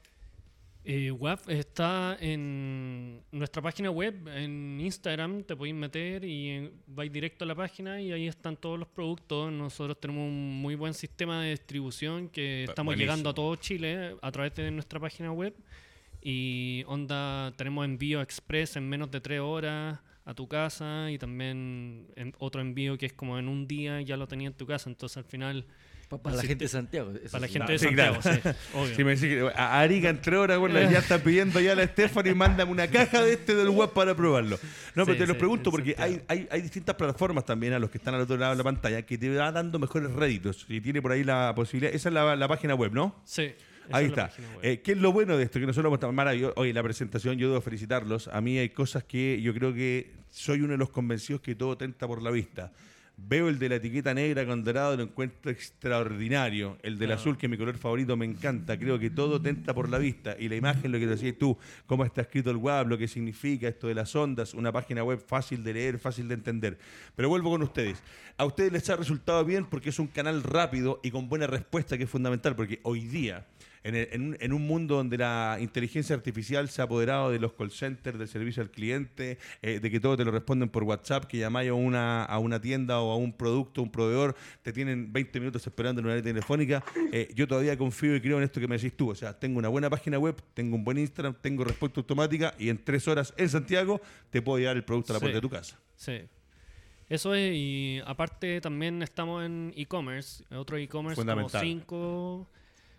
WAP está en nuestra página web, en Instagram, te podéis meter y vais directo a la página y ahí están todos los productos. Nosotros tenemos un muy buen sistema de distribución que estamos llegando a todo Chile a través de nuestra página web y tenemos envío express en menos de 3 horas a tu casa y también otro envío que es como en un día ya lo tenía en tu casa. Entonces al final Para la gente de Santiago. Para la gente de Sí, Santiago, claro. sí, obvio. Si me decís que a Arica entre horas, bueno, ya está pidiendo ya la Stephanie, mándame una caja del web para probarlo. No, pero Sí, te lo sí, pregunto en porque Santiago. hay distintas plataformas también a los que están al otro lado de la pantalla que te va dando mejores réditos. Y tiene por ahí la posibilidad. Esa es la página web, ¿no? Sí. esa Ahí es la está. página web. ¿Qué es lo bueno de esto? Que nosotros estamos maravilloso. Oye, la presentación, yo debo felicitarlos. A mí hay cosas que yo creo que soy uno de los convencidos que todo tenta por la vista. Veo el de la etiqueta negra con dorado, lo encuentro extraordinario. El del azul, que es mi color favorito, me encanta. Creo que todo tenta por la vista. Y la imagen, lo que decías tú, cómo está escrito el web, lo que significa esto de las ondas, una página web fácil de leer, fácil de entender. Pero vuelvo con ustedes. A ustedes les ha resultado bien porque es un canal rápido y con buena respuesta, que es fundamental, porque hoy día, en un mundo donde la inteligencia artificial se ha apoderado de los call centers, del servicio al cliente, de que todo te lo responden por WhatsApp, que llamáis a una tienda o a un producto, un proveedor, te tienen 20 minutos esperando en una línea telefónica. Yo todavía confío y creo en esto que me decís tú. O sea, tengo una buena página web, tengo un buen Instagram, tengo respuesta automática y en 3 horas en Santiago te puedo llevar el producto a la puerta de tu casa. Sí. Eso es, y aparte también estamos en e-commerce, otro e-commerce como Fundamental. 5,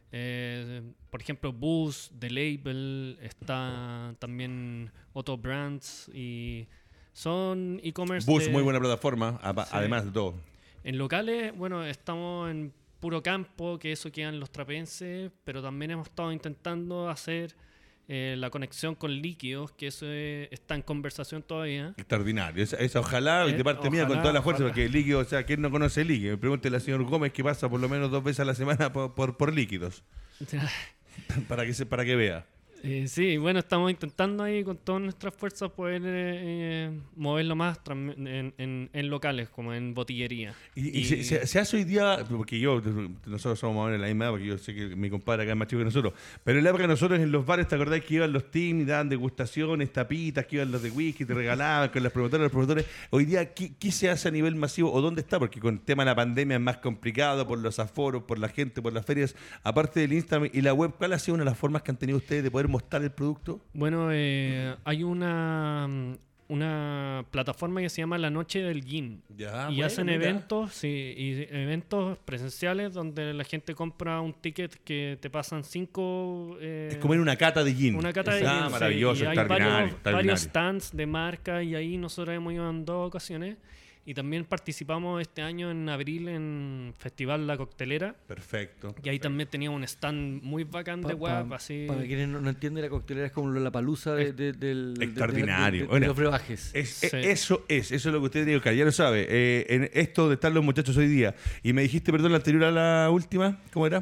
por ejemplo Boost, The Label, está también Otto Brands, y son e-commerce Bus, muy buena plataforma, además de todo. En locales, bueno, estamos en puro campo, que eso quedan los trapenses, pero también hemos estado intentando hacer la conexión con líquidos, que eso está en conversación todavía. Extraordinario. Esa ojalá, y de parte mía, con Ojalá, toda la fuerza, ojalá. porque el líquido, o sea, ¿quién no conoce el líquido? Pregúntele al señor Gómez que pasa por lo menos 2 veces a la semana por líquidos, para que vea. Sí, bueno, estamos intentando ahí con todas nuestras fuerzas poder moverlo más en locales, como en botillería. Y se hace hoy día, porque nosotros somos más o menos de la misma edad, porque yo sé que mi compadre acá es más chico que nosotros, pero en la época de nosotros en los bares, ¿te acordás que iban los teams y daban degustaciones, tapitas, que iban los de whisky, te regalaban con las promotoras, los promotores? Hoy día, ¿qué se hace a nivel masivo o dónde está? Porque con el tema de la pandemia es más complicado por los aforos, por la gente, por las ferias. Aparte del Instagram y la web, ¿cuál ha sido una de las formas que han tenido ustedes de poder mostrar el producto? Bueno, hay una plataforma que se llama La Noche del Gin. Y hacen eventos, sí, y eventos presenciales donde la gente compra un ticket que te pasan 5... es como en una cata de gin. Una cata de gin, sí, maravilloso, y hay extraordinario. varios stands de marca, y ahí nosotros hemos ido en 2 ocasiones. Y también participamos este año en abril en Festival La Coctelera. Perfecto. Y ahí también teníamos un stand muy bacán de web, así. Para quienes no entienden, la coctelera es como la palusa del Extraordinario. de Bueno, los brebajes. Eso es lo que usted tiene que buscar, ya lo sabe. En esto de estar los muchachos hoy día. Y me dijiste, perdón, la anterior a la última, ¿cómo era?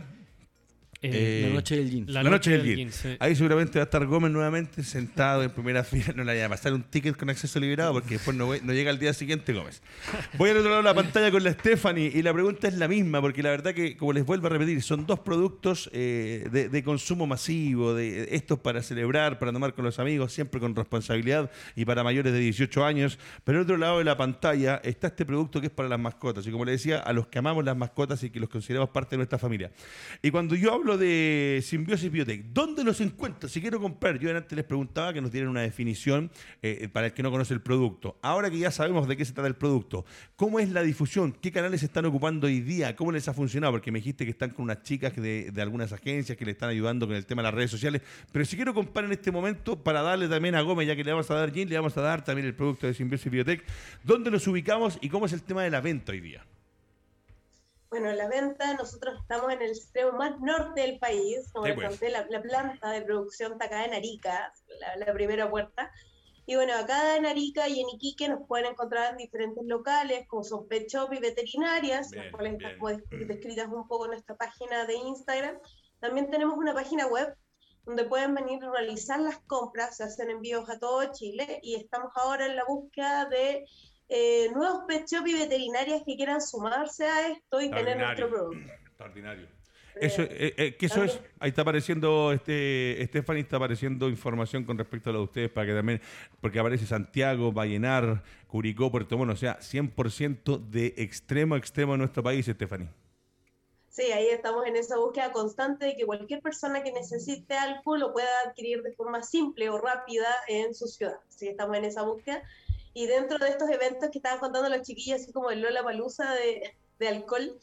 La noche del gin. La noche del gin. Sí. Ahí seguramente va a estar Gómez nuevamente sentado en primera fila. No le vaya a pasar un ticket con acceso liberado porque después no llega al día siguiente Gómez. Voy al otro lado de la pantalla con la Stephanie y la pregunta es la misma porque la verdad que, como les vuelvo a repetir, son 2 productos de consumo masivo, de estos para celebrar, para tomar con los amigos, siempre con responsabilidad y para mayores de 18 años. Pero al otro lado de la pantalla está este producto que es para las mascotas. Y como le decía, a los que amamos las mascotas y que los consideramos parte de nuestra familia. Y cuando yo hablo de Simbiosis Biotech, ¿dónde los encuentro? Si quiero comprar, yo antes les preguntaba que nos dieran una definición para el que no conoce el producto. Ahora que ya sabemos de qué se trata el producto, ¿cómo es la difusión? ¿Qué canales están ocupando hoy día? ¿Cómo les ha funcionado? Porque me dijiste que están con unas chicas de algunas agencias que le están ayudando con el tema de las redes sociales. Pero si quiero comprar en este momento, para darle también a Gómez, ya que le vamos a dar gin, le vamos a dar también el producto de Simbiosis Biotech, ¿dónde los ubicamos y cómo es el tema de la venta hoy día? Bueno, la venta, nosotros estamos en el extremo más norte del país, como Sí, les conté, la planta de producción está acá en Arica, la primera puerta. Y bueno, acá en Arica y en Iquique nos pueden encontrar en diferentes locales, como son pet shop y veterinarias, las cuales están como descritas un poco en nuestra página de Instagram. También tenemos una página web donde pueden venir a realizar las compras, se hacen envíos a todo Chile, y estamos ahora en la búsqueda de nuevos pet shop y veterinarias que quieran sumarse a esto y tener nuestro producto. Extraordinario. Eso es, ahí está apareciendo, Stephanie, está apareciendo información con respecto a lo de ustedes, para que también, porque aparece Santiago, Vallenar, Curicó, Puerto Montt, o sea, 100% de extremo a extremo de nuestro país, Stephanie. Sí, ahí estamos en esa búsqueda constante de que cualquier persona que necesite algo lo pueda adquirir de forma simple o rápida en su ciudad. Sí, estamos en esa búsqueda. Y dentro de estos eventos que estaban contando los chiquillos, así como el Lollapalooza de alcohol,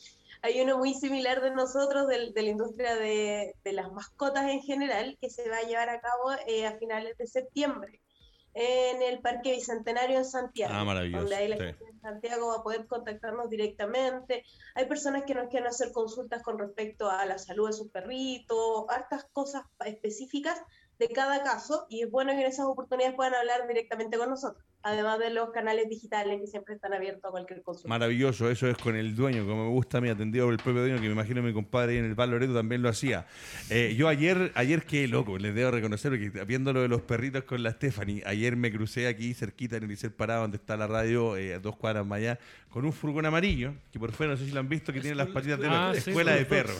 hay uno muy similar de nosotros, de la industria de las mascotas en general, que se va a llevar a cabo a finales de septiembre en el Parque Bicentenario en Santiago. Maravilloso. Donde ahí la gente de Santiago va a poder contactarnos directamente. Hay personas que nos quieren hacer consultas con respecto a la salud de sus perritos, hartas cosas específicas de cada caso, y es bueno que en esas oportunidades puedan hablar directamente con nosotros, además de los canales digitales que siempre están abiertos a cualquier consulta. Maravilloso, eso es con el dueño, como me gusta a mí, atendido por el propio dueño, que me imagino mi compadre ahí en el Bar Loreto también lo hacía. Yo ayer qué loco, les debo reconocer, porque viendo lo de los perritos con la Stephanie, ayer me crucé aquí cerquita en el Liceo Parado, donde está la radio, a 2 cuadras más allá, con un furgón amarillo, que por fuera no sé si lo han visto, que tiene las patitas de escuela de perros.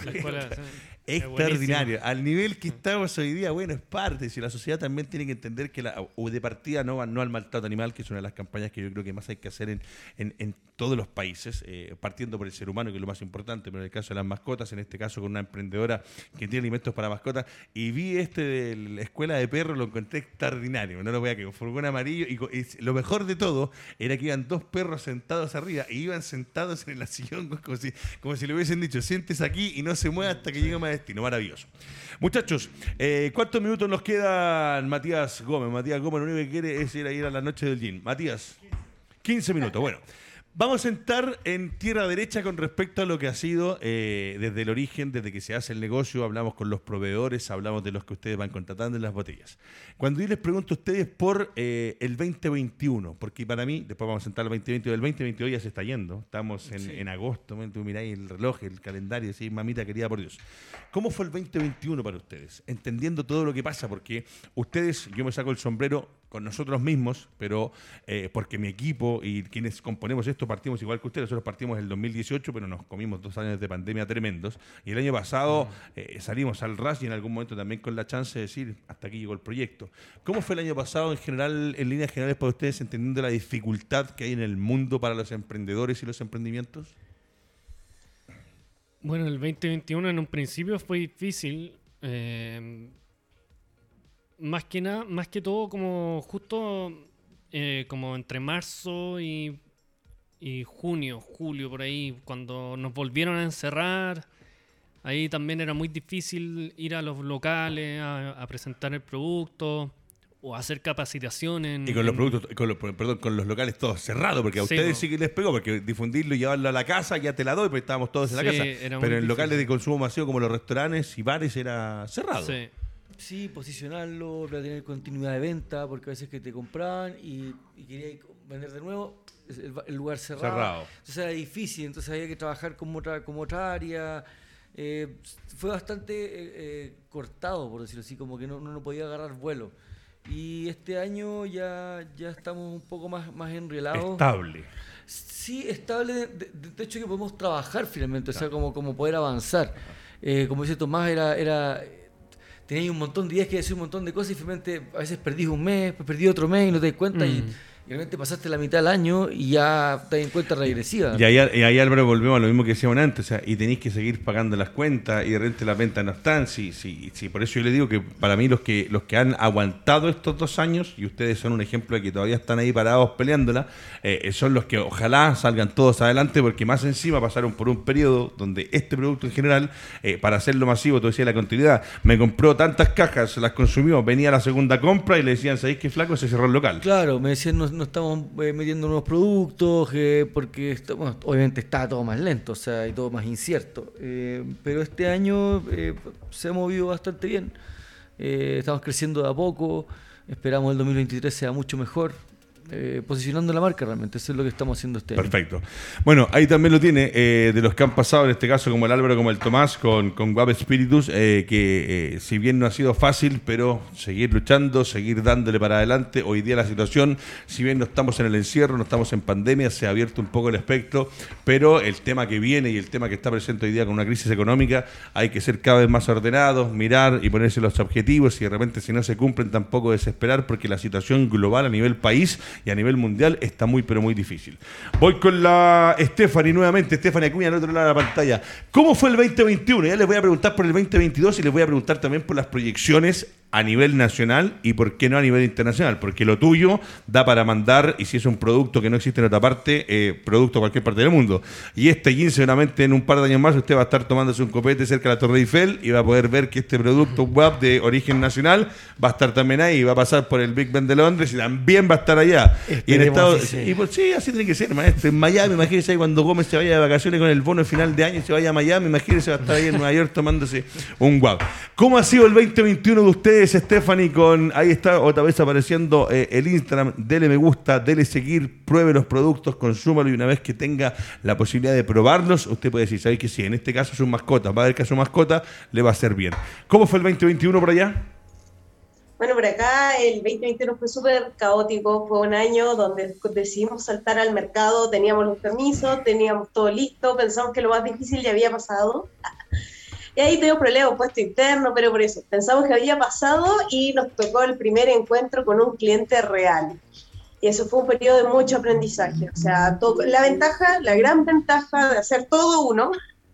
Extraordinario, al nivel que estamos hoy día, bueno, es parte, si la sociedad también tiene que entender que o de partida no al maltrato animal, que es una de las campañas que yo creo que más hay que hacer en todos los países, partiendo por el ser humano, que es lo más importante, pero en el caso de las mascotas, en este caso con una emprendedora que tiene alimentos para mascotas, y vi de la escuela de perros, lo encontré extraordinario, no lo voy a creer, un furgón amarillo, y lo mejor de todo era que iban 2 perros sentados arriba, y iban sentados en el sillón, como si le hubiesen dicho, siéntese aquí y no se mueva hasta que llegue a destino. Maravilloso. Muchachos, ¿cuántos minutos nos quedan, Matías Gómez? Matías Gómez lo único que quiere es ir a la noche del gin. Matías, 15 minutos. Bueno, vamos a entrar en tierra derecha con respecto a lo que ha sido desde el origen, desde que se hace el negocio. Hablamos con los proveedores, hablamos de los que ustedes van contratando en las botellas. Cuando yo les pregunto a ustedes por el 2021, porque para mí, después vamos a entrar al 2020, el 2022 ya se está yendo. Estamos en agosto, tú miráis el reloj, el calendario, decís, mamita querida por Dios. ¿Cómo fue el 2021 para ustedes? Entendiendo todo lo que pasa, porque ustedes, yo me saco el sombrero con nosotros mismos, pero porque mi equipo y quienes componemos esto partimos igual que ustedes. Nosotros partimos en el 2018, pero nos comimos 2 años de pandemia tremendos. Y el año pasado salimos al ras y en algún momento también con la chance de decir, hasta aquí llegó el proyecto. ¿Cómo fue el año pasado en general, en líneas generales para ustedes, entendiendo la dificultad que hay en el mundo para los emprendedores y los emprendimientos? Bueno, el 2021 en un principio fue difícil. Más que todo como justo como entre marzo y junio, julio, por ahí, cuando nos volvieron a encerrar, ahí también era muy difícil ir a los locales a presentar el producto o hacer capacitaciones. Y con los productos, con los locales todos cerrados, porque a ustedes sí que les pegó, porque difundirlo y llevarlo a la casa, ya te la doy, porque estábamos todos en la casa. Pero en locales de consumo masivo como los restaurantes y bares era cerrado. Sí, posicionarlo, para tener continuidad de venta, porque a veces que te compraban y querías vender de nuevo, el lugar cerrado. Entonces era difícil, entonces había que trabajar como otra área. Fue bastante cortado, por decirlo así, como que no podía agarrar vuelo. Y este año ya estamos un poco más enrielados. Estable. Sí, estable, de hecho que podemos trabajar finalmente, o sea, como poder avanzar. Como dice Tomás, tenéis un montón de días que decir un montón de cosas y finalmente a veces perdís un mes, pues perdí otro mes y no te das cuenta y realmente pasaste la mitad del año y ya te das en cuenta regresiva. Y ahí Álvaro, volvemos a lo mismo que decíamos antes, o sea, y tenéis que seguir pagando las cuentas y de repente las ventas no están. Sí, por eso yo le digo que para mí los que han aguantado estos 2 años, y ustedes son un ejemplo de que todavía están ahí parados peleándola, son los que ojalá salgan todos adelante, porque más encima pasaron por un periodo donde este producto en general, para hacerlo masivo, tú decías la continuidad, me compró tantas cajas, las consumió, venía la segunda compra y le decían, ¿sabéis qué flaco? Se cerró el local. Claro, me decían, no estamos metiendo nuevos productos, porque obviamente está todo más lento, o sea, y todo más incierto. Pero este año se ha movido bastante bien. Estamos creciendo de a poco, esperamos el 2023 sea mucho mejor. Posicionando la marca realmente, eso es lo que estamos haciendo este año. Perfecto. Bueno, ahí también lo tiene, de los que han pasado en este caso, como el Álvaro, como el Tomás, con Guave Spiritus, que si bien no ha sido fácil, pero seguir luchando, seguir dándole para adelante. Hoy día la situación, si bien no estamos en el encierro, no estamos en pandemia, se ha abierto un poco el espectro, pero el tema que viene y el tema que está presente hoy día con una crisis económica, hay que ser cada vez más ordenados, mirar y ponerse los objetivos, y de repente si no se cumplen tampoco desesperar, porque la situación global a nivel país y a nivel mundial está muy pero muy difícil. Voy con la Stephanie nuevamente, Stephanie Acuña al otro lado de la pantalla. ¿Cómo fue el 2021? Ya les voy a preguntar por el 2022 y les voy a preguntar también por las proyecciones a nivel nacional y por qué no a nivel internacional, porque lo tuyo da para mandar, y si es un producto que no existe en otra parte, producto a cualquier parte del mundo. Y este gin seguramente en un par de años más usted va a estar tomándose un copete cerca de la Torre Eiffel y va a poder ver que este producto web de origen nacional va a estar también ahí, va a pasar por el Big Ben de Londres y también va a estar allá. Y en Estados sí, así tiene que ser, maestro. En Miami, imagínese ahí cuando Gómez se vaya de vacaciones con el bono de final de año y se vaya a Miami, imagínese va a estar ahí en Nueva York tomándose un guap. ¿Cómo ha sido el 2021 de ustedes, Stephanie? Ahí está otra vez apareciendo el Instagram. Dele me gusta, dele seguir, pruebe los productos, consúmalo, y una vez que tenga la posibilidad de probarlos, usted puede decir, ¿sabéis que sí? En este caso sus mascotas, va a ver que a su mascota le va a hacer bien. ¿Cómo fue el 2021 por allá? Bueno, por acá el 2021 fue súper caótico, fue un año donde decidimos saltar al mercado, teníamos los permisos, teníamos todo listo, pensamos que lo más difícil ya había pasado. Y ahí tuvimos problemas, puesto interno, pero por eso, pensamos que había pasado y nos tocó el primer encuentro con un cliente real. Y eso fue un periodo de mucho aprendizaje. O sea, la gran ventaja de hacer todo uno,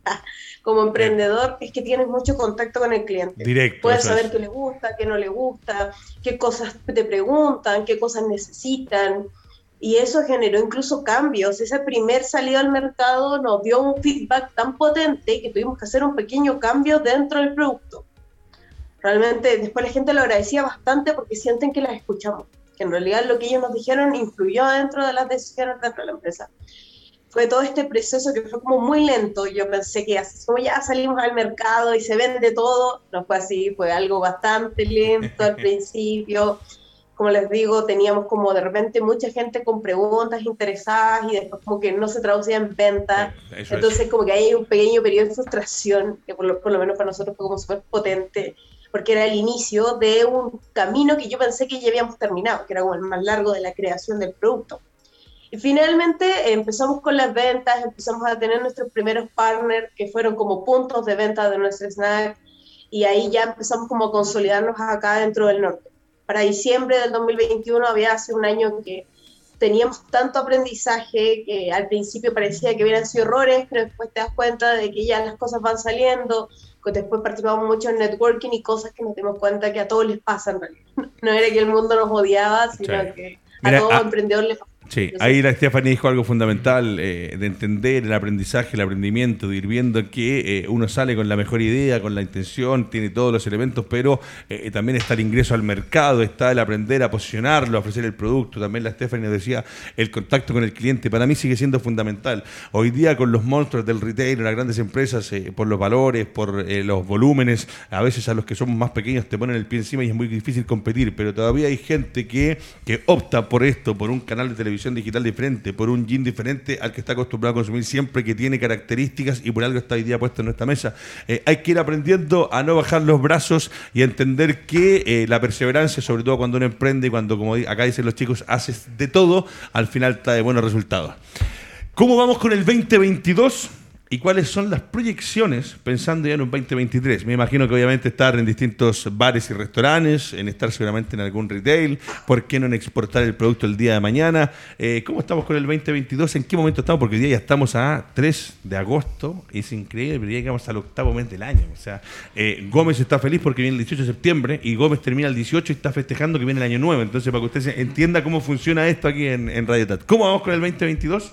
como emprendedor, es que tienes mucho contacto con el cliente. Directo. Puedes saber qué le gusta, qué no le gusta, qué cosas te preguntan, qué cosas necesitan. Y eso generó incluso cambios. Ese primer salida al mercado nos dio un feedback tan potente que tuvimos que hacer un pequeño cambio dentro del producto. Realmente después la gente lo agradecía bastante porque sienten que las escuchamos, que en realidad lo que ellos nos dijeron influyó dentro de las decisiones dentro de la empresa. Fue todo este proceso que fue como muy lento. Yo pensé que así como ya salimos al mercado y se vende todo, no fue así, fue algo bastante lento al principio. Como les digo, teníamos como de repente mucha gente con preguntas interesadas y después como que no se traducía en venta. Entonces como que hay un pequeño periodo de frustración, que por lo menos para nosotros fue como súper potente, porque era el inicio de un camino que yo pensé que ya habíamos terminado, que era como el más largo de la creación del producto. Y finalmente empezamos con las ventas, empezamos a tener nuestros primeros partners, que fueron como puntos de venta de nuestro snack, y ahí ya empezamos como a consolidarnos acá dentro del norte. Para diciembre del 2021 había hace un año que teníamos tanto aprendizaje que al principio parecía que hubieran sido errores, pero después te das cuenta de que ya las cosas van saliendo, que después participamos mucho en networking y cosas que nos dimos cuenta que a todos les pasa en realidad. No era que el mundo nos odiaba, sino que a todo emprendedor le pasa. Sí, ahí la Stephanie dijo algo fundamental, de entender el aprendizaje, el aprendimiento, de ir viendo que uno sale con la mejor idea, con la intención, tiene todos los elementos, pero también está el ingreso al mercado, está el aprender a posicionarlo, a ofrecer el producto. También la Stephanie nos decía, el contacto con el cliente, para mí sigue siendo fundamental. Hoy día con los monstruos del retail, las grandes empresas, por los valores, por los volúmenes, a veces a los que somos más pequeños te ponen el pie encima y es muy difícil competir, pero todavía hay gente que opta por esto, por un canal de televisión digital diferente, por un gin diferente al que está acostumbrado a consumir siempre, que tiene características y por algo está hoy día puesto en nuestra mesa. Hay que ir aprendiendo a no bajar los brazos y a entender que la perseverancia, sobre todo cuando uno emprende y cuando, como acá dicen los chicos, haces de todo, al final trae buenos resultados. ¿Cómo vamos con el 2022? ¿Y cuáles son las proyecciones pensando ya en un 2023? Me imagino que obviamente estar en distintos bares y restaurantes, en estar seguramente en algún retail, ¿por qué no en exportar el producto el día de mañana? ¿Cómo estamos con el 2022? ¿En qué momento estamos? Porque hoy día ya estamos a 3 de agosto, es increíble, pero ya llegamos al 8º mes del año. O sea, Gómez está feliz porque viene el 18 de septiembre y Gómez termina el 18 y está festejando que viene el año nuevo. Entonces, para que usted entienda cómo funciona esto aquí en Radio Tat. ¿Cómo vamos con el 2022?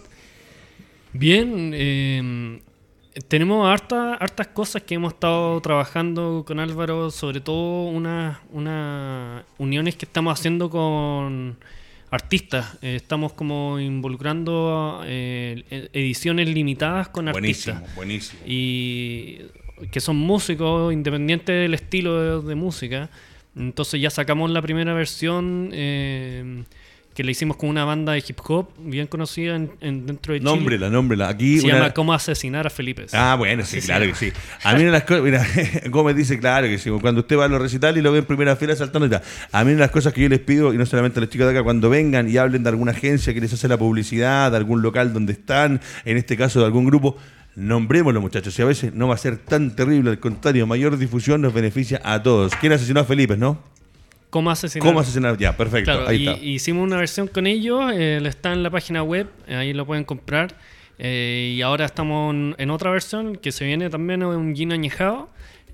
Bien, tenemos hartas cosas que hemos estado trabajando con Álvaro, sobre todo unas uniones que estamos haciendo con artistas. Estamos como involucrando ediciones limitadas con artistas. Buenísimo. Y que son músicos independientes del estilo de música. Entonces ya sacamos la primera versión que la hicimos con una banda de hip hop bien conocida dentro de Chile. Nómbrela. Aquí se llama Cómo asesinar a Felipe. Ah, bueno, sí, claro que sí. A mí una de las cosas, mira, Gómez dice, claro que sí, cuando usted va a los recitales y lo ve en primera fila saltando y tal. A mí una de las cosas que yo les pido, y no solamente a los chicos de acá, cuando vengan y hablen de alguna agencia que les hace la publicidad, de algún local donde están, en este caso de algún grupo, nombrémoslo, muchachos, y a veces no va a ser tan terrible, al contrario, mayor difusión nos beneficia a todos. ¿Quién asesinó a Felipe, no? ¿Cómo asesinar? Ya, perfecto. Claro, ahí está. Hicimos una versión con ellos, está en la página web, ahí lo pueden comprar. Y ahora estamos en otra versión que se viene también un gin añejado,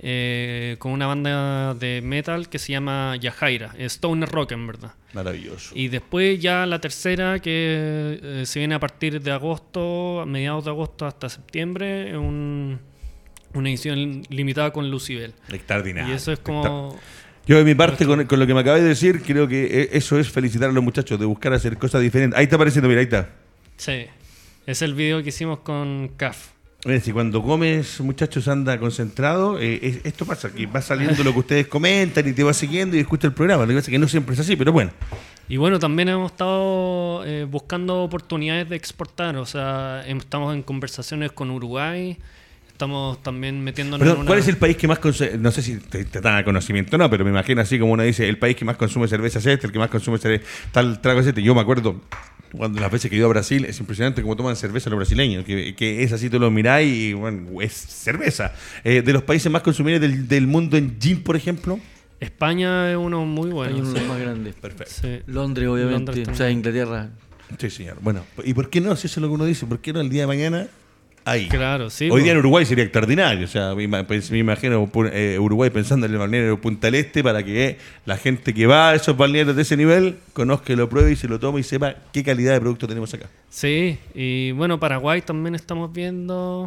con una banda de metal que se llama Yajaira, Stoner Rock en verdad. Maravilloso. Y después ya la tercera que se viene a partir de agosto, a mediados de agosto hasta septiembre, una edición limitada con Lucibel. Extraordinario. Y eso es como... Yo de mi parte, con lo que me acabé de decir, creo que eso es felicitar a los muchachos de buscar hacer cosas diferentes. Ahí está apareciendo, mira, ahí está. Sí, es el video que hicimos con CAF. Si cuando comes, muchachos, anda concentrado, esto pasa, que va saliendo lo que ustedes comentan y te va siguiendo y escucha el programa. Lo que pasa es que no siempre es así, pero bueno. Y bueno, también hemos estado buscando oportunidades de exportar, o sea, estamos en conversaciones con Uruguay, estamos también metiéndonos en una... ¿Cuál es el país que más consume? No sé si te dan a conocimiento o no, pero me imagino así como uno dice, el país que más consume cerveza es este, el que más consume tal trago es este. Yo me acuerdo... Cuando las veces que he ido a Brasil, es impresionante cómo toman cerveza los brasileños, que es así, tú lo mirás y bueno, es cerveza. De los países más consumidores del mundo en gin, por ejemplo. España es uno muy bueno. Hay uno de sí. los más grandes. Perfecto. Sí. Londres, obviamente. Londres O sea, Inglaterra. Sí, señor. Bueno, ¿y por qué no? Si eso es lo que uno dice, ¿por qué no el día de mañana? Ahí. Claro, sí. Hoy día en Uruguay sería extraordinario. O sea, me imagino Uruguay pensando en el balneario Punta del Este para que la gente que va a esos balnearios de ese nivel conozca, lo pruebe y se lo tome y sepa qué calidad de producto tenemos acá. Sí, y bueno, Paraguay también estamos viendo.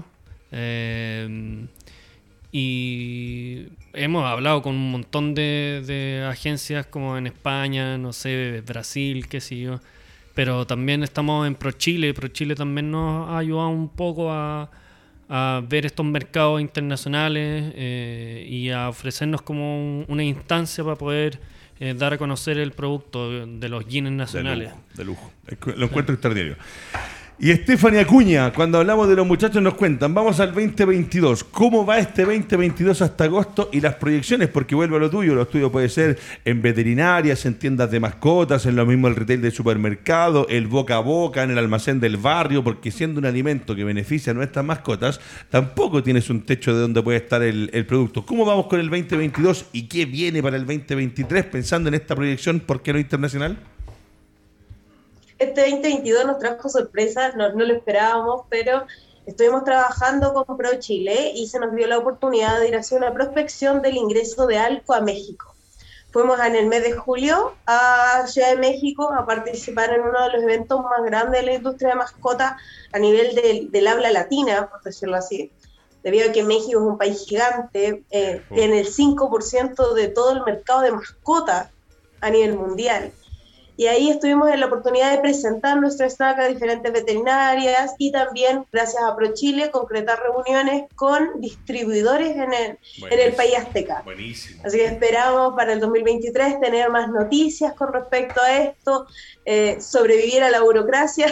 Y hemos hablado con un montón de agencias como en España, no sé, Brasil, qué sé yo. Pero también estamos en ProChile. ProChile también nos ha ayudado un poco a ver estos mercados internacionales y a ofrecernos como una instancia para poder dar a conocer el producto de los jeans nacionales. De lujo. Lo encuentro extraordinario. Y Stephanie Acuña, cuando hablamos de los muchachos nos cuentan, vamos al 2022, ¿cómo va este 2022 hasta agosto y las proyecciones? Porque vuelvo a lo tuyo puede ser en veterinarias, en tiendas de mascotas, en lo mismo el retail del supermercado, el boca a boca, en el almacén del barrio, porque siendo un alimento que beneficia a nuestras mascotas, tampoco tienes un techo de donde puede estar el producto. ¿Cómo vamos con el 2022 y qué viene para el 2023 pensando en esta proyección, por qué no internacional? Este 2022 nos trajo sorpresas, no lo esperábamos, pero estuvimos trabajando con ProChile y se nos dio la oportunidad de ir a hacer una prospección del ingreso de Alco a México. Fuimos en el mes de julio a Ciudad de México a participar en uno de los eventos más grandes de la industria de mascotas a nivel del habla latina, por decirlo así. Debido a que México es un país gigante, tiene el 5% de todo el mercado de mascotas a nivel mundial. Y ahí estuvimos en la oportunidad de presentar nuestra snack a diferentes veterinarias y también, gracias a ProChile, concretar reuniones con distribuidores en el país azteca. Buenísimo. Así que esperamos para el 2023 tener más noticias con respecto a esto, sobrevivir a la burocracia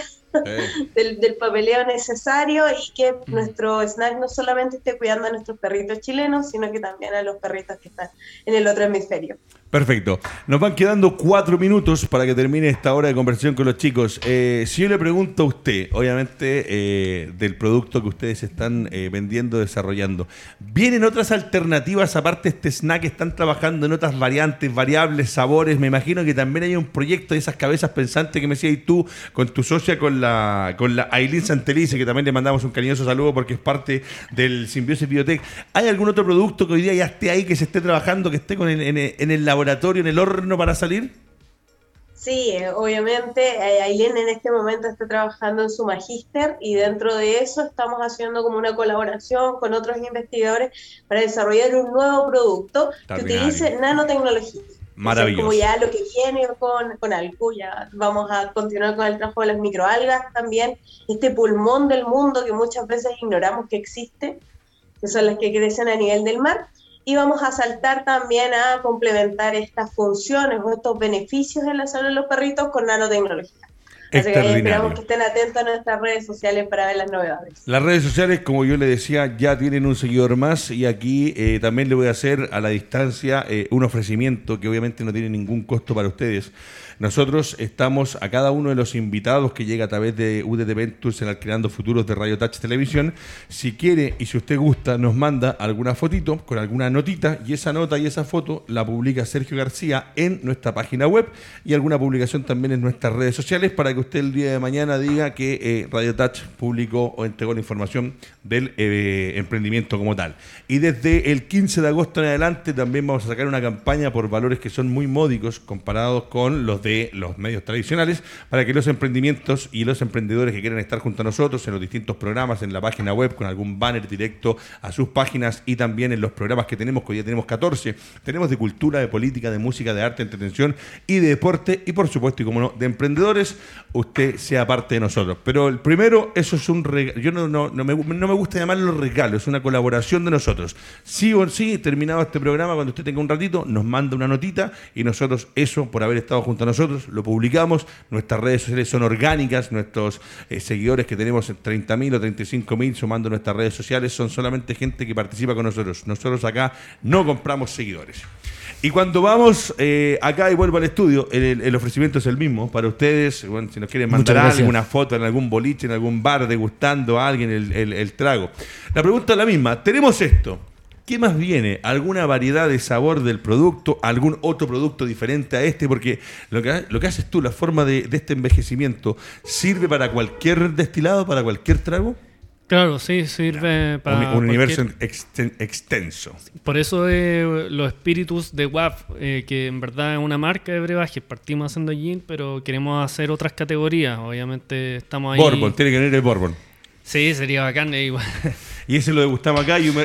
del papeleo necesario y que nuestro snack no solamente esté cuidando a nuestros perritos chilenos, sino que también a los perritos que están en el otro hemisferio. Perfecto. Nos van quedando 4 minutos para que termine esta hora de conversación con los chicos. Si yo le pregunto a usted, obviamente, del producto que ustedes están vendiendo, desarrollando, ¿vienen otras alternativas aparte de este snack? ¿Están trabajando en otras variantes, variables, sabores? Me imagino que también hay un proyecto de esas cabezas pensantes que me decías tú con tu socia, con la Ailín Santelice, que también le mandamos un cariñoso saludo porque es parte del Simbiosis Biotech. ¿Hay algún otro producto que hoy día ya esté ahí, que se esté trabajando, que esté en el laboratorio, en el horno para salir? Sí, obviamente Ailén en este momento está trabajando en su magíster y dentro de eso estamos haciendo como una colaboración con otros investigadores para desarrollar un nuevo producto que utilice nanotecnología. Maravilloso. Como ya lo que viene con Alco, ya vamos a continuar con el trabajo de las microalgas también, este pulmón del mundo que muchas veces ignoramos que existe, que son las que crecen a nivel del mar. Y vamos a saltar también a complementar estas funciones o estos beneficios en la salud de los perritos con nanotecnología. Así que esperamos que estén atentos a nuestras redes sociales para ver las novedades. Las redes sociales, como yo le decía, ya tienen un seguidor más y aquí también le voy a hacer a la distancia un ofrecimiento que obviamente no tiene ningún costo para ustedes. Nosotros estamos a cada uno de los invitados que llega a través de UDT Ventures en Alquilando Futuros de Radio Touch Televisión. Si quiere y si usted gusta, nos manda alguna fotito con alguna notita y esa nota y esa foto la publica Sergio García en nuestra página web y alguna publicación también en nuestras redes sociales para que usted el día de mañana diga que Radio Touch publicó o entregó la información del emprendimiento como tal. Y desde el 15 de agosto en adelante también vamos a sacar una campaña por valores que son muy módicos comparados con los de los medios tradicionales, para que los emprendimientos y los emprendedores que quieran estar junto a nosotros en los distintos programas, en la página web, con algún banner directo a sus páginas, y también en los programas que tenemos, que hoy ya tenemos 14, tenemos de cultura, de política, de música, de arte, entretención y de deporte, y por supuesto, y como no, de emprendedores, usted sea parte de nosotros. Pero el primero, eso es un regalo. Yo no me gusta llamarlo regalo, es una colaboración de nosotros. Sí o sí, terminado este programa, cuando usted tenga un ratito, nos manda una notita y nosotros eso, por haber estado junto a nosotros, lo publicamos. Nuestras redes sociales son orgánicas, nuestros seguidores que tenemos 30.000 o 35.000 sumando nuestras redes sociales son solamente gente que participa con nosotros. Nosotros acá no compramos seguidores. Y cuando vamos acá y vuelvo al estudio, el ofrecimiento es el mismo para ustedes. Bueno, si nos quieren mandar alguna foto en algún boliche, en algún bar, degustando a alguien el trago. La pregunta es la misma. Tenemos esto. ¿Qué más viene? ¿Alguna variedad de sabor del producto? ¿Algún otro producto diferente a este? Porque lo que haces tú, la forma de este envejecimiento, ¿sirve para cualquier destilado, para cualquier trago? Claro, sí, sirve para un universo extenso. Por eso los espíritus de WAF, que en verdad es una marca de brebaje, partimos haciendo gin, pero queremos hacer otras categorías. Obviamente estamos ahí. Bourbon, tiene que venir el Bourbon. Sí, sería bacán igual. Y ese lo degustamos acá y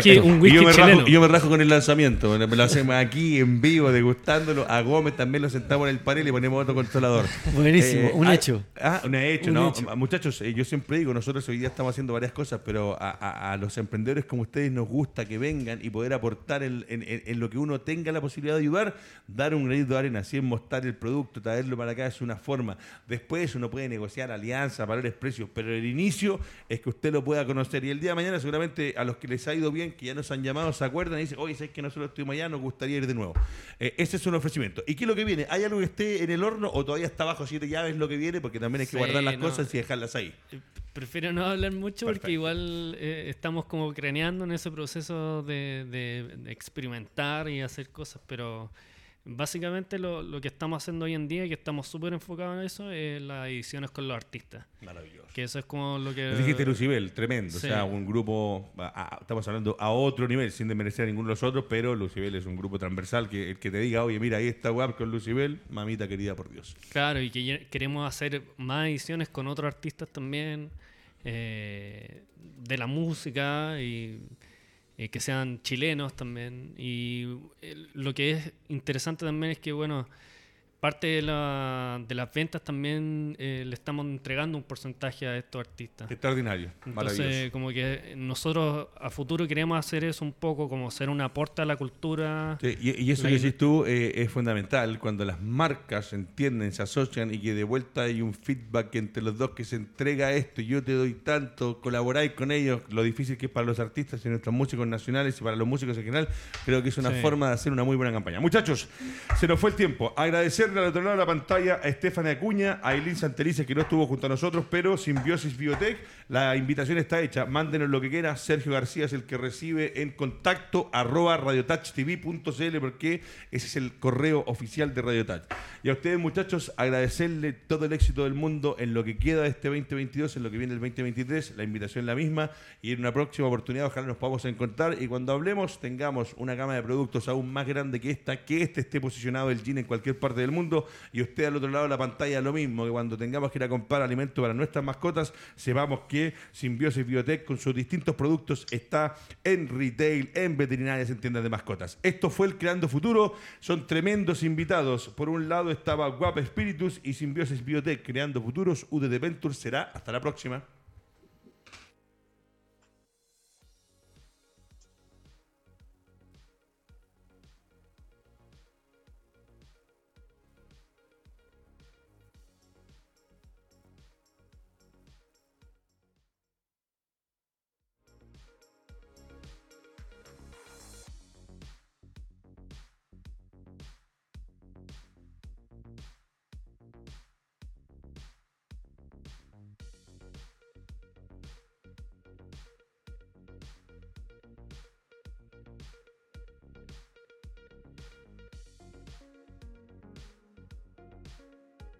yo me rajo con el lanzamiento. Me lo hacemos aquí en vivo, degustándolo. A Gómez también lo sentamos en el panel y ponemos otro controlador. Buenísimo, un hecho. Un hecho, ¿no? Muchachos, yo siempre digo, nosotros hoy día estamos haciendo varias cosas, pero a los emprendedores como ustedes nos gusta que vengan y poder aportar en lo que uno tenga la posibilidad de ayudar, dar un granito de arena, así es mostrar el producto, traerlo para acá es una forma. Después uno puede negociar alianzas, valores, precios, pero el inicio es que usted lo pueda conocer. Y el día de mañana seguramente a los que les ha ido bien, que ya nos han llamado, se acuerdan y dicen, oye, ¿sabes que nosotros estuvimos allá? Nos gustaría ir de nuevo. Ese es un ofrecimiento. ¿Y qué es lo que viene? ¿Hay algo que esté en el horno o todavía está bajo 7 llaves lo que viene? Porque también hay que guardar las cosas y dejarlas ahí. Prefiero no hablar mucho. Perfecto. Porque igual estamos como craneando en ese proceso de experimentar y hacer cosas, pero básicamente lo que estamos haciendo hoy en día, y que estamos súper enfocados en eso, es las ediciones con los artistas. Maravilloso. Que eso es como lo que... Dijiste Lucibel, tremendo. Sí. O sea, un grupo, estamos hablando a otro nivel, sin desmerecer a ninguno de los otros, pero Lucibel es un grupo transversal que el que te diga, oye, mira, ahí está WAP con Lucibel, mamita querida por Dios. Claro, y que queremos hacer más ediciones con otros artistas también, de la música, y que sean chilenos también. Y lo que es interesante también es que, bueno, parte de las ventas también le estamos entregando un porcentaje a estos artistas. Extraordinario, maravilloso. Entonces, como que nosotros a futuro queremos hacer eso un poco, como ser un aporte a la cultura. Sí, y eso que decís tú es fundamental, cuando las marcas entienden, se asocian y que de vuelta hay un feedback entre los dos, que se entrega esto y yo te doy tanto, colaboráis con ellos, lo difícil que es para los artistas y nuestros músicos nacionales y para los músicos en general, creo que es una forma de hacer una muy buena campaña. Muchachos, se nos fue el tiempo. Agradecerle al otro lado de la pantalla a Estefania Acuña, a Ailín Santelices, que no estuvo junto a nosotros, pero Simbiosis Biotech, la invitación está hecha, mándenos lo que quiera. Sergio García es el que recibe en contacto @radiotouchtv.cl, porque ese es el correo oficial de Radio Touch. Y a ustedes, muchachos, agradecerle todo el éxito del mundo en lo que queda de este 2022, en lo que viene el 2023, la invitación es la misma, y en una próxima oportunidad ojalá nos podamos encontrar y cuando hablemos tengamos una gama de productos aún más grande que esta, que esté posicionado el gin en cualquier parte del mundo. Y usted al otro lado de la pantalla lo mismo, que cuando tengamos que ir a comprar alimento para nuestras mascotas, sepamos que Simbiosis Biotech con sus distintos productos está en retail, en veterinarias, en tiendas de mascotas. Esto fue el Creando Futuro, son tremendos invitados. Por un lado estaba WAP Spiritus y Simbiosis Biotech, Creando Futuros. UDT Ventures será hasta la próxima.